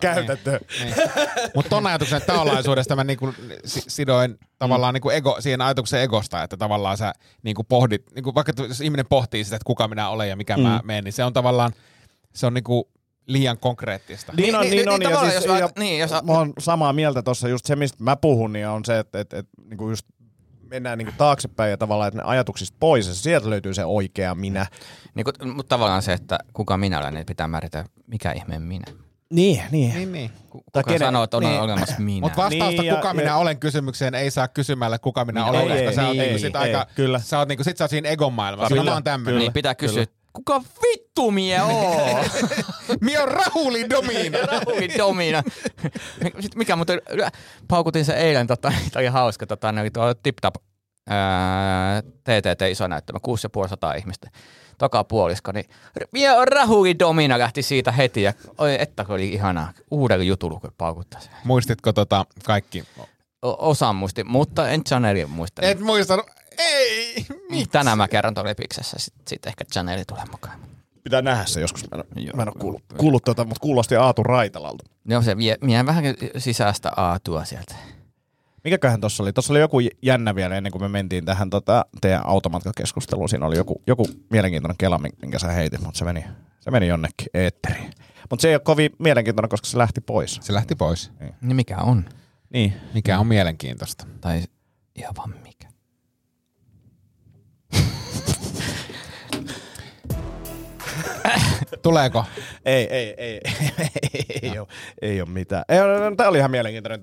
Mutta ton ajatuksen taolaisuudesta mä niinku sidoin tavallaan niinku siihen ajatuksen egosta, että tavallaan sä niinku pohdit, niinku vaikka jos ihminen pohtii sitä, että kuka minä olen ja mikä mä menen, niin se on tavallaan, se on niinku liian konkreettista. Niin on. Mä oon samaa mieltä tuossa, just se, mistä mä puhun, niin on se, että niinku just mennään niinku taaksepäin ja tavallaan, että ne ajatuksista pois, ja sieltä löytyy se oikea minä. Mutta tavallaan se, että kuka minä olen, niin pitää määritellä, mikä ihmeen minä. Niin. Kuka sanoo, että on olemassa minä. Mutta vastausta kuka minä olen kysymykseen ei saa kysymällä kuka minä olen, koska sä oot niinku sit sä oot siinä egon maailmassa. Mä oon tämmönen. Niin pitää kysyä, kuka vittu mie oo? Mie on Rahuli Domina. Sitten mikä, mutta paukutin se eilen, tämä oli hauska, ne oli tuolla TipTap TTT iso näyttämä, 650 ihmistä. Takapuolisko, niin mie on Rahuli Domina, lähti siitä heti ja että oli ihanaa. Uudelle jutulle, kun paukuttaa se. Muistitko kaikki? Osaan muistin, mutta en Chanelin muistanut. Et muistanut? Ei! Tänään mä kerron tuolla Epiksessä, sit ehkä Chaneli tulee mukaan. Pitää nähdä se joskus. Mä en ole kuullut mutta kuulosti Aatu Raitalalta. No se vie vähän sisäistä Aatua sieltä. Mikäköhän tossa oli? Tossa oli joku jännä vielä ennen kuin me mentiin tähän teidän automatkakeskusteluun. Siinä oli joku mielenkiintoinen kela, minkä sä heitit, mutta se meni jonnekin eetteriin. Mutta se ei ole kovin mielenkiintoinen, koska se lähti pois. Se lähti pois. Niin mikä on? Niin. Mikä on mielenkiintoista? Tai ihan vaan mikä? Tuleeko? Ei ole mitään. Tää oli ihan mielenkiintoinen.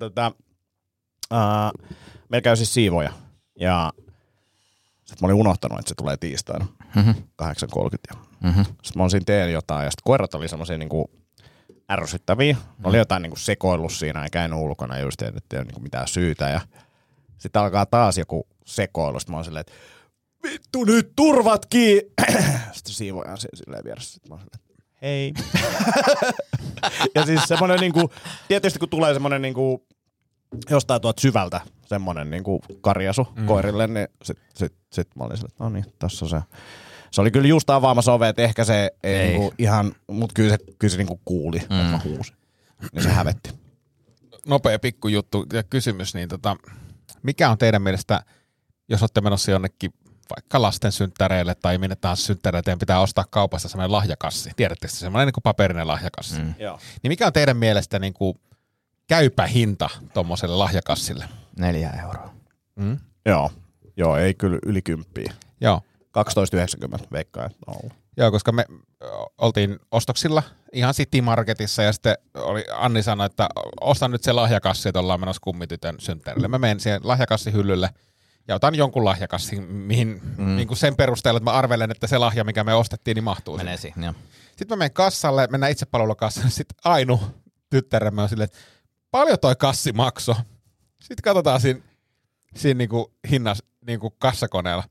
Meillä käy siis siivoja. Ja sitten mä olin unohtanut, että se tulee tiistaina 8.30. Sitten mä olin siinä teen jotain. Ja sitten koirat oli semmosia niinku ärsyttäviä. Oli jotain niinku sekoillut siinä ja käynyt ulkona just, että ei ole niinku mitään syytä. Ja sitten alkaa taas joku sekoilu. Sitten mä olin silleen, että vittu nyt turvat kiinni. Sitten siivoja on silleen vieressä. Sitten mä olin silleen, hei. Ja siis semmonen niinku, tietysti kun tulee semmonen niinku jostain tuolta syvältä semmonen niinku karjasu koirille, niin sit mä olin silleen, että no niin, tässä on se. Se oli kyllä just avaamassa ove, että ehkä se ei niinku ihan, mut kyllä se niinku kuuli, että mä huusin. Ja se hävetti. Nopea pikkujuttu ja kysymys, niin mikä on teidän mielestä, jos olette menossa jonnekin vaikka lasten synttäreille tai minne tahansa synttäreille, teidän pitää ostaa kaupasta semmoinen lahjakassi. Tiedätte se, semmoinen niin kuin paperinen lahjakassi. Niin mikä on teidän mielestä niin kuin käypä hinta tommoselle lahjakassille? 4 euroa. Joo, ei kyllä yli 10. Joo. 12,90 veikkaa, että on ollut. Joo, koska me oltiin ostoksilla ihan City Marketissa ja sitten Anni sanoi, että ostan nyt se lahjakassi, että ollaan menossa kummitytön synttärille. Mä menen siihen lahjakassihyllylle ja otan jonkun lahjakassin, mihin niin kuin sen perusteella, että mä arvelen, että se lahja, mikä me ostettiin, niin mahtuu. Menee siihen, joo. Sitten mä menen kassalle, mennään itsepalvelukassalle, sitten Ainu tyttäremme on silleen, että paljon toi kassi maksoi. Sitten katsotaan siinä niinku hinnassa niinku kassakoneella.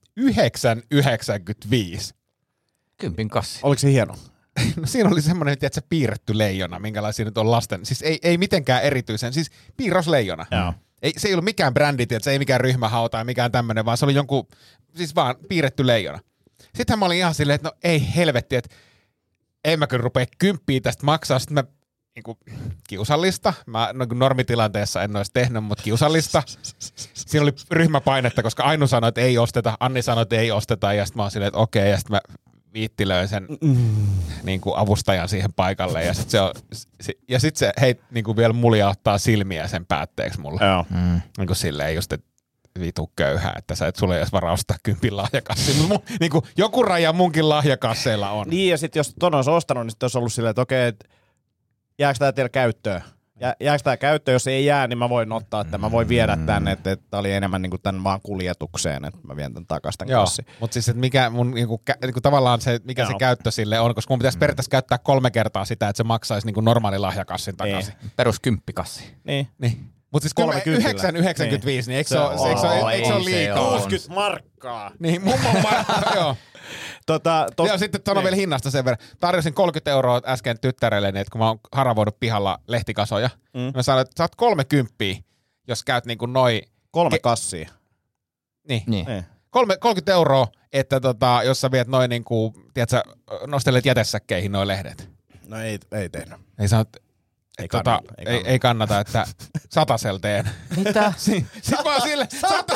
9,95. 10 kassi. Oliko se hieno? No siinä oli semmoinen, että piirretty leijona, minkälaisia nyt on lasten. Siis ei mitenkään erityisen, siis piirrosleijona. Joo. Se ei ollut mikään brändi, se ei mikään ryhmähauta tai mikään tämmöinen, vaan se oli jonkun, siis vaan piirretty leijona. Sittenhän mä olin ihan silleen, että no ei helvetti, että en mä kyllä rupea 10 tästä maksaa. Sitten mä niinku kiusallista. Mä normitilanteessa en olisi tehnyt, mutta kiusallista. Siinä oli ryhmäpainetta, koska Ainu sanoi, että ei osteta, Anni sanoi, että ei osteta, ja sitten mä oon silleen, että okei, ja sitten mä viittilöin sen niinku avustajan siihen paikalle, ja sitten se niinku vielä muljauttaa silmiä sen päätteeksi mulle. Joo. Niinku silleen just, että vitu köyhää, että sulle ei edes varaa ostaa 10 lahjakassia. Niinku joku raja munkin lahjakasseilla on. Niin, ja sitten jos ton olisi ostanut, niin sitten olisi ollut silleen, että okei, että jääkö tää teillä käyttöön? Jääkö tää käyttöön? Jos ei jää, niin mä voin ottaa, että mä voin viedä tänne, että oli enemmän niinku tän vaan kuljetukseen, että mä vien tän takaisin tän kassin. Mutta siis, että mikä mun niinku tavallaan se, mikä se käyttö sille on, koska mun pitäisi periaatteessa käyttää 3 kertaa sitä, että se maksaisi niinku normaali lahjakassin takaisin. Perus 10 kassi. Niin. Mutta siis 9,95, niin eikö se ole liikaa? 60 markkaa. Niin, mummon markkaa, joo. Ja sitten sanon vielä hinnasta sen verran. Tarjosin 30 € äsken tyttärelleni, että kun mä oon haravoinut pihalla lehtikasoja. Mä sanoin, että saat 30, jos käyt niinku 3 kassia. Niin. 30 €, että jos sä viet noin niinku, tiedätkö, nostelet jätesäkkeihin noi lehdet. No ei tehnyt. Ei sä ei kannata, että 100 teen. Mitä? Sitten mä oon sille, 100.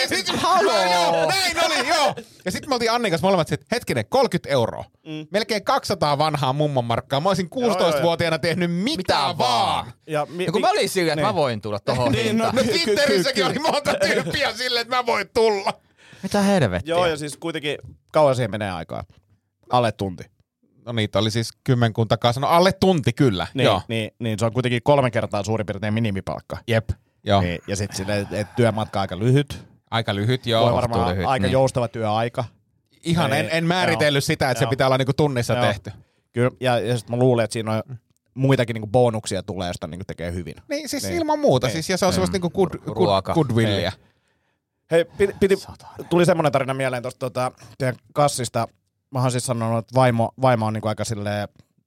Näin oli, joo. Ja sitten me oltiin Annin kanssa molemmat, että hetkinen, 30 €. Melkein 200 vanhaa mummon markkaa. Mä olisin 16-vuotiaana tehnyt mitä vaan. Ja kun mä olin silleen, että mä voin tulla tohon hintaan. No Twitterissäkin oli monta tyyppiä silleen, että mä voin tulla. Mitä helvettiä? Joo, ja siis kuitenkin kauan siihen menee aikaa. Alle tunti. No niitä oli siis 10 kanssa. No alle tunti kyllä. Niin, se on kuitenkin 3 kertaa suurin piirtein minimipalkka. Jep, joo. Niin, ja sitten silleen, että työmatka aika lyhyt. Aika lyhyt, joo. Voi varmaan lyhyt, aika joustava työaika. Ihan en määritellyt sitä, että se pitää olla niinku tunnissa tehty. Kyllä, ja sitten mä luulen, että siinä on muitakin niinku bonuksia tulee, josta niinku tekee hyvin. Niin, siis ilman muuta. Siis, ja se on semmoista niinku goodwillia. Hei, tuli semmoinen tarina mieleen tuosta teidän kassista. Mä oon siis sanonut, että vaimo on niinku aika silleen...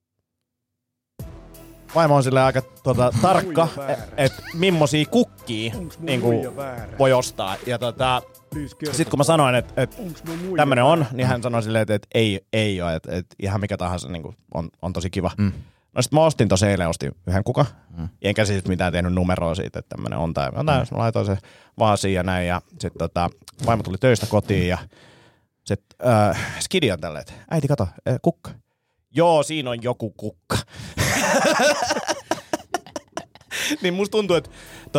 Vaimo on silleen aika tarkka, että mimmosia kukkia niinku voi ostaa. Ja sit kun mä sanoin, että tämmönen on, niin hän sanoi silleen, että ei ole, että ihan mikä tahansa niinku on tosi kiva. No sit mä ostin tossa eilen, yhden kukan. Enkä siis mitään tehnyt numeroa siitä, että tämmönen on tai jos mä laitoin se vaan siihen ja näin. Ja sit vaimo tuli töistä kotiin ja sit Skidi on tälleen, että äiti kato, kukka. Joo, siinä on joku kukka. Niin musta tuntuu, että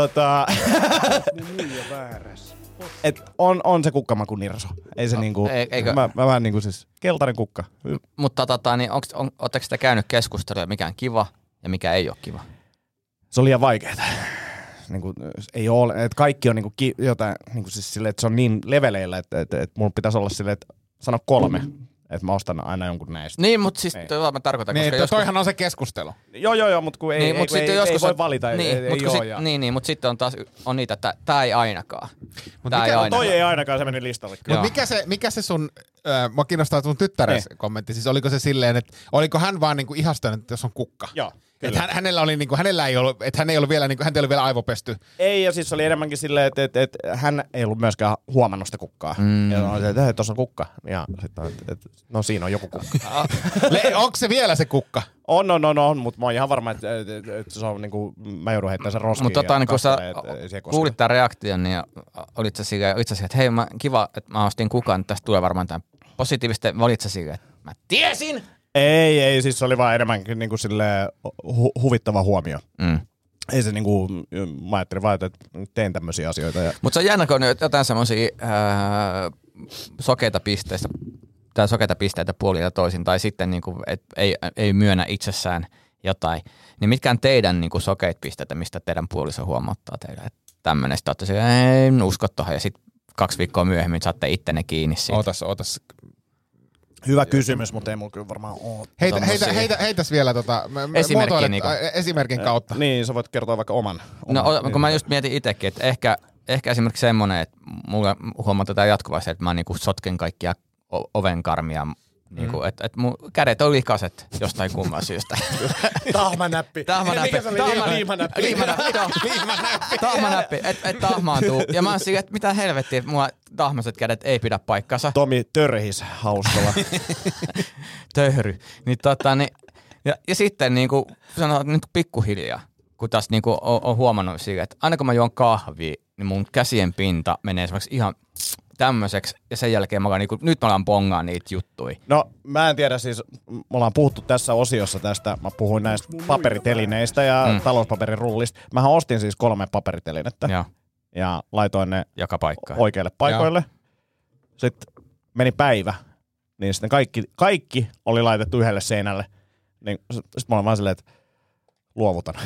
et on se kukkamaku nirso. Ei se niinku, mä vähän niinku siis keltainen kukka. Mutta niin ootteko sitä käynyt keskustelua, mikä on kiva ja mikä ei ole kiva? Se on liian vaikeeta. Niinku, ei ole, että kaikki on niinku jotain, niinku siis silleen, että se on niin leveleillä, että mulla pitäisi olla silleen, että sano 3. Että mä ostan aina jonkun näistä. Niin, mutta siis mä tarkoitan, niin, koska joskus... toihan on se keskustelu. Joo, mutta kun ei voi valita. Niin, mutta sitten on taas on niitä, että tää ei ainakaan. Toi ei ainakaan, se meni listalle. Mutta mikä se sun, mä kiinnostaa sun tyttäres kommentti, siis oliko se silleen, että oliko hän vaan niinku ihastunut, että jos on kukka? Joo. Että hänellä ei ollut, että hän ei ollut vielä, niinku, häntä ei ollut vielä aivopesty. Ei, ja siis oli enemmänkin silleen, että hän ei ollut myöskään huomannut sitä kukkaa. Ja oli se, että tuossa on kukka. Ja sitten, että no siinä on joku kukka. Onko se vielä se kukka? On, mutta mä oon ihan varma, että se on niinku, mä joudun heittämään sen roskiin. Mutta niin kun sä kuulit tämän reaktion, niin olit sä silleen, että hei, kiva, että mä ostin kukan, että tästä tulee varmaan tämän positiivista. Olit sä silleen, että mä tiesin! Ei, siis se oli vaan enemmänkin niinku silleen huvittava huomio. Ei se niinku, mä ajattelin vaan, että teen tämmöisiä asioita. Mutta se on jännä, kun on jotain semmosia sokeita pisteitä puolin ja toisin, tai sitten niinku, ei myönnä itsessään jotain. Niin mitkä on teidän niinku sokeita pisteitä, mistä teidän puoliso huomauttaa teille, että tämmöinen, sitten olette silleen, en usko tohon, ja sitten 2 viikkoa myöhemmin saatte ittenne kiinni siitä. Ootas. Hyvä kysymys, mutta ei mulla kyllä varmaan ole. Heitäs vielä esimerkin kautta. Niin, sä voit kertoa vaikka oman. Kun mä just mietin itsekin, että ehkä esimerkiksi semmoinen, että mulla huomataan jatkuvasti, että mä niinku sotken kaikkia ovenkarmia, niinku, että mun kädet on likaset jostain kumman syystä. Tahmanäppi. Tahmanäppi, että tahmaantuu. Ja mä oon siinä, että mitä helvettiä, mulla tahmaset kädet ei pidä paikkansa. Tomi törhis haustalla. Töhry. Niin, ja sitten niinku sanoo nyt pikkuhiljaa, kun taas niinku on huomannut siitä, että aina kun mä juon kahvia, niin mun käsien pinta menee esimerkiksi ihan tämmöiseksi, ja sen jälkeen nyt mä alan bongaa niitä juttuja. No, mä en tiedä, siis me ollaan puhuttu tässä osiossa tästä, mä puhuin näistä paperitelineistä ja talouspaperirullista. Mähän ostin siis 3 paperitelinettä ja laitoin ne joka paikkaan oikeille paikoille. Sitten meni päivä, niin sitten kaikki oli laitettu yhdelle seinälle. Niin sitten mä olen vaan silleen, että luovutan.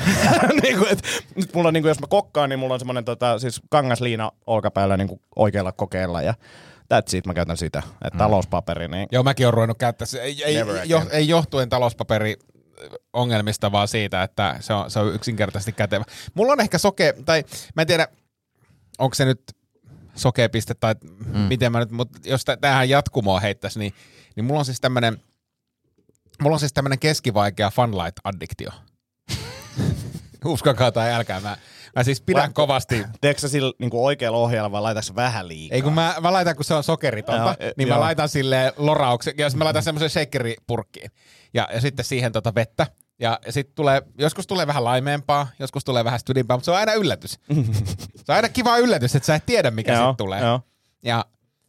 Nyt mulla on, jos mä kokkaan, niin mulla on semmoinen siis kangasliina olkapäällä oikealla kokeella ja that's it, mä käytän sitä. Että talouspaperi. Niin... Joo, mäkin oon ruvennut käyttää. Ei johtuen talouspaperi ongelmista, vaan siitä, että se on yksinkertaisesti kätevä. Mulla on ehkä tai mä en tiedä, onko se nyt sokea-piste tai miten mä nyt, mutta jos tämähän jatkumoa heittäisi, niin mulla on siis tämmönen keskivaikea funlight-addiktio. Uskokaa tai älkää, mä siis pidän kovasti. Teekö sä sillä oikealla ohjalla vai laitatko vähän liikaa? Ei kun mä laitan, kun se on sokeritonta, niin mä laitan silleen lorauksen, ja mä laitan semmoisen shakeripurkkiin. Ja sitten siihen vettä. Ja sit joskus tulee vähän laimeempaa, joskus tulee vähän studimpaa, mutta se on aina yllätys. Se on aina kiva yllätys, että sä et tiedä mikä sit tulee. Ja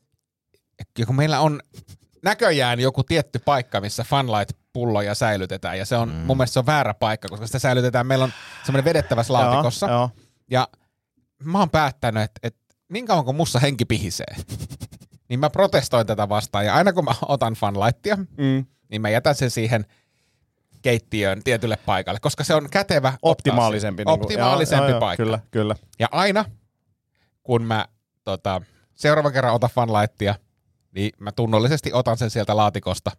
kun meillä on näköjään joku tietty paikka, missä Funlight-pulloja säilytetään, ja se on mun mielestä se on väärä paikka, koska sitä säilytetään, meillä on semmoinen vedettävässä laatikossa, ja mä oon päättänyt, että niin kauan kun mussa henki pihisee, niin mä protestoin tätä vastaan, ja aina kun mä otan Funlightia, niin mä jätän sen siihen keittiöön tietylle paikalle, koska se on kätevä optimaalisempi paikka. Kyllä. Ja aina, kun mä seuraavan kerran otan Funlightia, niin mä tunnollisesti otan sen sieltä laatikosta.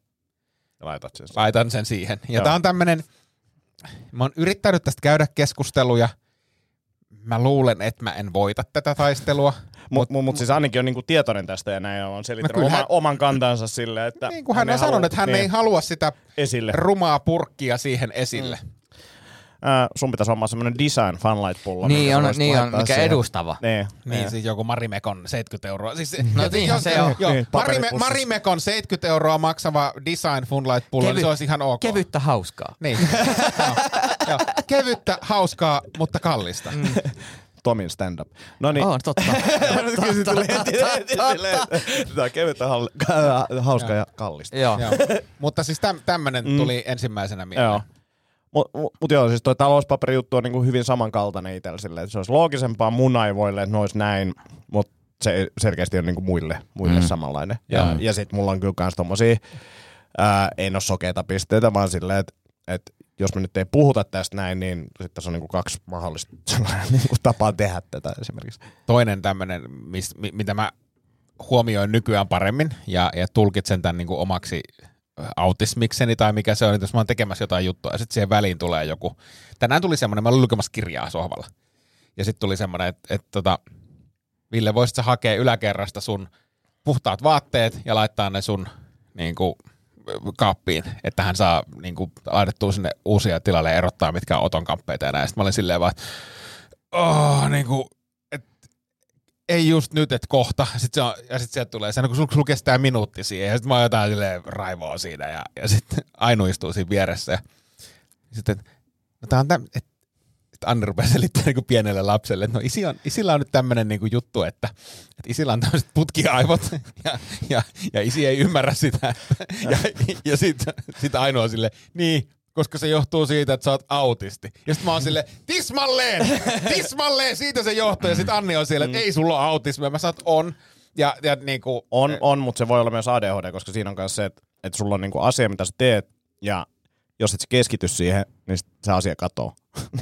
Laitan sen siihen. Ja tää on tämmönen, mä oon yrittänyt tästä käydä keskusteluja. Mä luulen, että mä en voita tätä taistelua. Mutta siis ainakin on niinku tietoinen tästä ja näin on selittänyt oman kantansa silleen, että... Niin kuin hän on sanonut, että hän ei halua sitä rumaa purkkia siihen esille. sun pitäisi olla semmoinen design funlight-pullo. Niin on, mikä siihen. Edustava. Niin siis joku Marimekon 70 €. Siis, no niinhän se on. Joo, Marimekon 70 € maksava design funlight-pullo, niin se olisi ihan ok. Kevyttä hauskaa. Niin. Joo. Kevyttä, hauskaa, mutta kallista. Tomin stand-up. No niin. Totta. Tämä on kevyttä, hauskaa ja kallista. Joo. Mutta siis tämmönen tuli ensimmäisenä mieleen. Mutta joo, siis toi talouspaperijuttu on niinku hyvin samankaltainen itsellä silleen, että se olisi loogisempaa mun aivoille, että ne olisi näin, mutta se selkeästi on niinku muille samanlainen. Ja sit mulla on kyllä kans tommosia, ei ole sokeita pisteitä, vaan silleen, että jos me nyt ei puhuta tästä näin, niin sitten tässä on niinku 2 mahdollista niinku tapaa tehdä tätä esimerkiksi. Toinen tämmönen, mitä mä huomioin nykyään paremmin ja tulkitsen tämän niinku omaksi autismikseni tai mikä se on, että jos mä oon tekemässä jotain juttua ja sitten siihen väliin tulee joku. Tänään tuli semmoinen, mä olin lukemassa kirjaa sohvalla. Ja sitten tuli semmoinen, että Ville, voisit sä hakea yläkerrasta sun puhtaat vaatteet ja laittaa ne sun niinku kaappiin, että hän saa niinku laitettua sinne uusia tilalle ja erottaa, mitkä on Oton kamppeita ja näin. Sitten mä olin silleen vaan, ei just nyt, että kohta. Ja sitten sieltä tulee se, kun sulla kestää minuutti siihen. Ja sitten mä oon jotain silleen raivoa siinä. Ja sitten Ainu istuu siinä vieressä. Ja sitten, no tää on että Anni rupesi selittämään niin pienelle lapselle, että no isillä on nyt tämmönen niin kuin juttu, että isillä on tämmöiset putkiaivot. Ja isi ei ymmärrä sitä. Ja sitten Ainu on silleen, niin, koska se johtuu siitä, että sä oot autisti. Ja sit mä oon silleen, tismalleen, siitä se johtuu. Ja sit Anni on siellä, että ei sulla ole autismia. Mä sanon, on. Ja niinku, on, mutta se voi olla myös ADHD, koska siinä on myös se, että sulla on niinku asia, mitä sä teet, ja jos et sä keskity siihen, niin se asia katoo.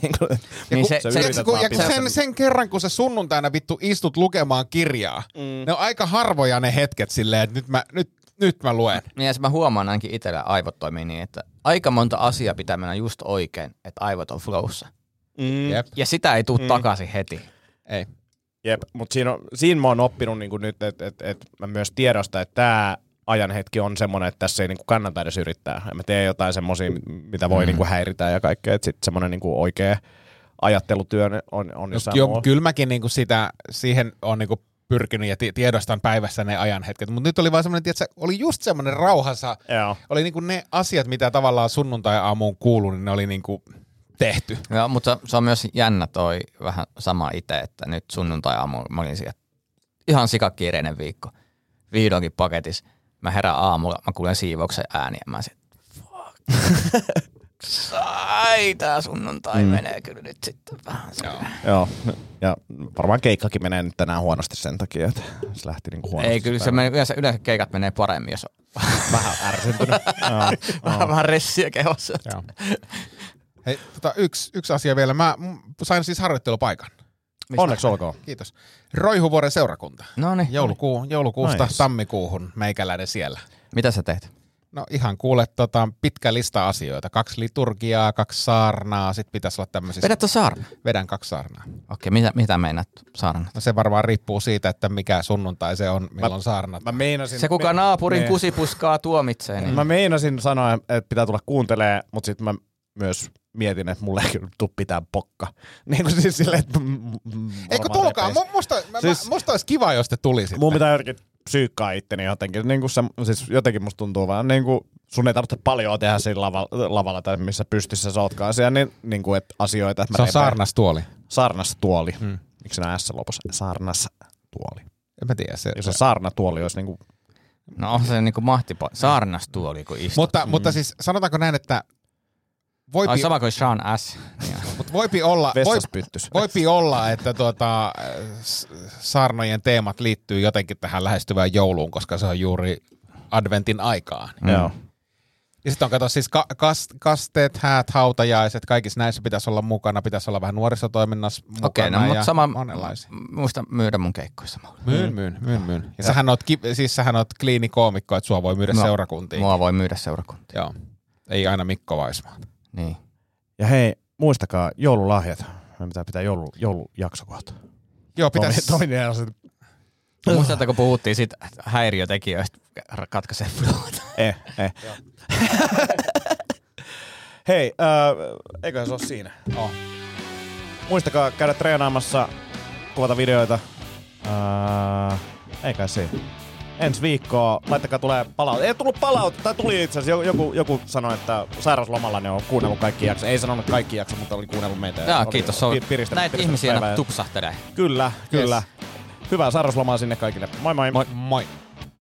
Sen kerran, kun sä sunnuntaina vittu istut lukemaan kirjaa, ne on aika harvoja ne hetket silleen, että nyt mä luen. Niin ja mä huomaan ainakin itsellä aivot toimii niin, että aika monta asiaa pitää mennä just oikein, että aivot on flowssa. Ja sitä ei tule takaisin heti. Ei. Jep, mutta siinä mä oon oppinut niinku nyt, että mä myös tiedostan, että tää ajanhetki on semmoinen, että tässä ei niinku kannata edes yrittää. Mä teen jotain semmosia, mitä voi niinku häiritä ja kaikkea, että sitten semmoinen niinku oikea ajattelutyö on jossain muualla. Kyllä mäkin niinku siihen on niinku pyrkinyt ja tiedostan päivässä ne ajanhetket, mutta nyt oli vaan semmoinen, että oli just semmoinen rauhassa, oli niinku ne asiat, mitä tavallaan sunnuntai-aamuun kuului, niin ne oli niinku tehty. Joo, mutta se on myös jännä toi vähän sama itse, että nyt sunnuntai-aamuun mä olin siellä ihan sikakiireinen viikko, vihdoinkin paketissa. Mä herään aamulla, mä kuulen siivouksen ääniä, mä sit, fuck. Ai, tää sunnuntai menee kyllä nyt sitten vähän. Joo, ja varmaan keikkakin menee nyt tänään huonosti sen takia, että se lähti niinku huonosti. Ei, kyllä se yleensä keikat menee paremmin, jos on vähän ärsyyntynyt. Vähän ressiä kehossa. Joo. Hei, yksi asia vielä. Mä sain siis harjoittelupaikan. Onneksi olkoon. Kiitos. Roihuvuoren seurakunta. Noniin. Joulukuusta tammikuuhun meikäläinen siellä. Mitä sä teet? No ihan kuule, pitkä lista asioita. 2 liturgiaa, 2 saarnaa, sit pitäisi olla tämmöisissä. Vedätkö saarna? Vedän 2 saarnaa. Okei, mitä meinaat saarnat? No se varmaan riippuu siitä, että mikä sunnuntai se on, milloin saarnat. Se kuka naapurin kusipuskaa tuomitsee. Niin. Mä meinasin sanoa, että pitää tulla kuuntelee, mutta sitten mä myös mietin, että mulle ei kyllä tuu pitää pokka. Niin kuin siis silleen, että eikö tulkaa? Musta olisi kiva, jos te tulisitte. Mun pitää jotenkin psyykkaa itteni jotenkin. Niin kuin siis jotenkin musta tuntuu vaan niin kuin sun ei tarvitse paljon tehdä siinä lavalla tai missä pystyssä sä ootkaan siellä, niin kuin, että asioita. Että se on saarnastuoli. Saarnastuoli. Miksi nää S lopussa? Saarnastuoli. En mä tiedä. Jos se saarnatuoli olisi niinku. No on se niinku saarnastuoli, kun istuu. Mutta siis sanotaanko näin, että Ai sama kuin Sean S. Mutta voipi olla, että saarnojen teemat liittyy jotenkin tähän lähestyvään jouluun, koska se on juuri adventin aikaan. Joo. Ja sitten on kato siis kasteet, häät, hautajaiset, kaikissa näissä pitäisi olla mukana, pitäisi olla vähän nuorisotoiminnassa mukana. Okei, no, mutta sama monenlaisia. Muista myydä mun keikkoissa. Myyn. Ja sähän oot kliinikoomikko, että sua voi myydä seurakuntiin. Mua voi myydä seurakuntiin. Joo. Ei aina Mikko Vaismaa. Niin. Ja hei, muistakaa joululahjat. Meidän pitää joulujakso kohta. Joo, pitäisi. Toinen asia. Muistatko, kun puhuttiin siitä häiriötekijöistä katkaisee flowta? Ei. Hei, eiköhän se ole siinä. Muistakaa käydä treenaamassa, kuvata videoita. Eiköhän siinä. Ensi viikkoa, laittakaa tulee palaute. Ei tullut palaute, tai tuli itse asiassa. Joku sanoi, että sairauslomalla ne on kuunnellut kaikki jakso. Ei sanonut kaikki jakso, mutta oli kuunnellut meitä. Jaa, kiitos. Näitä ihmisiä tupsahtelee. Kyllä. Hyvää sairauslomaa sinne kaikille. Moi moi. Moi.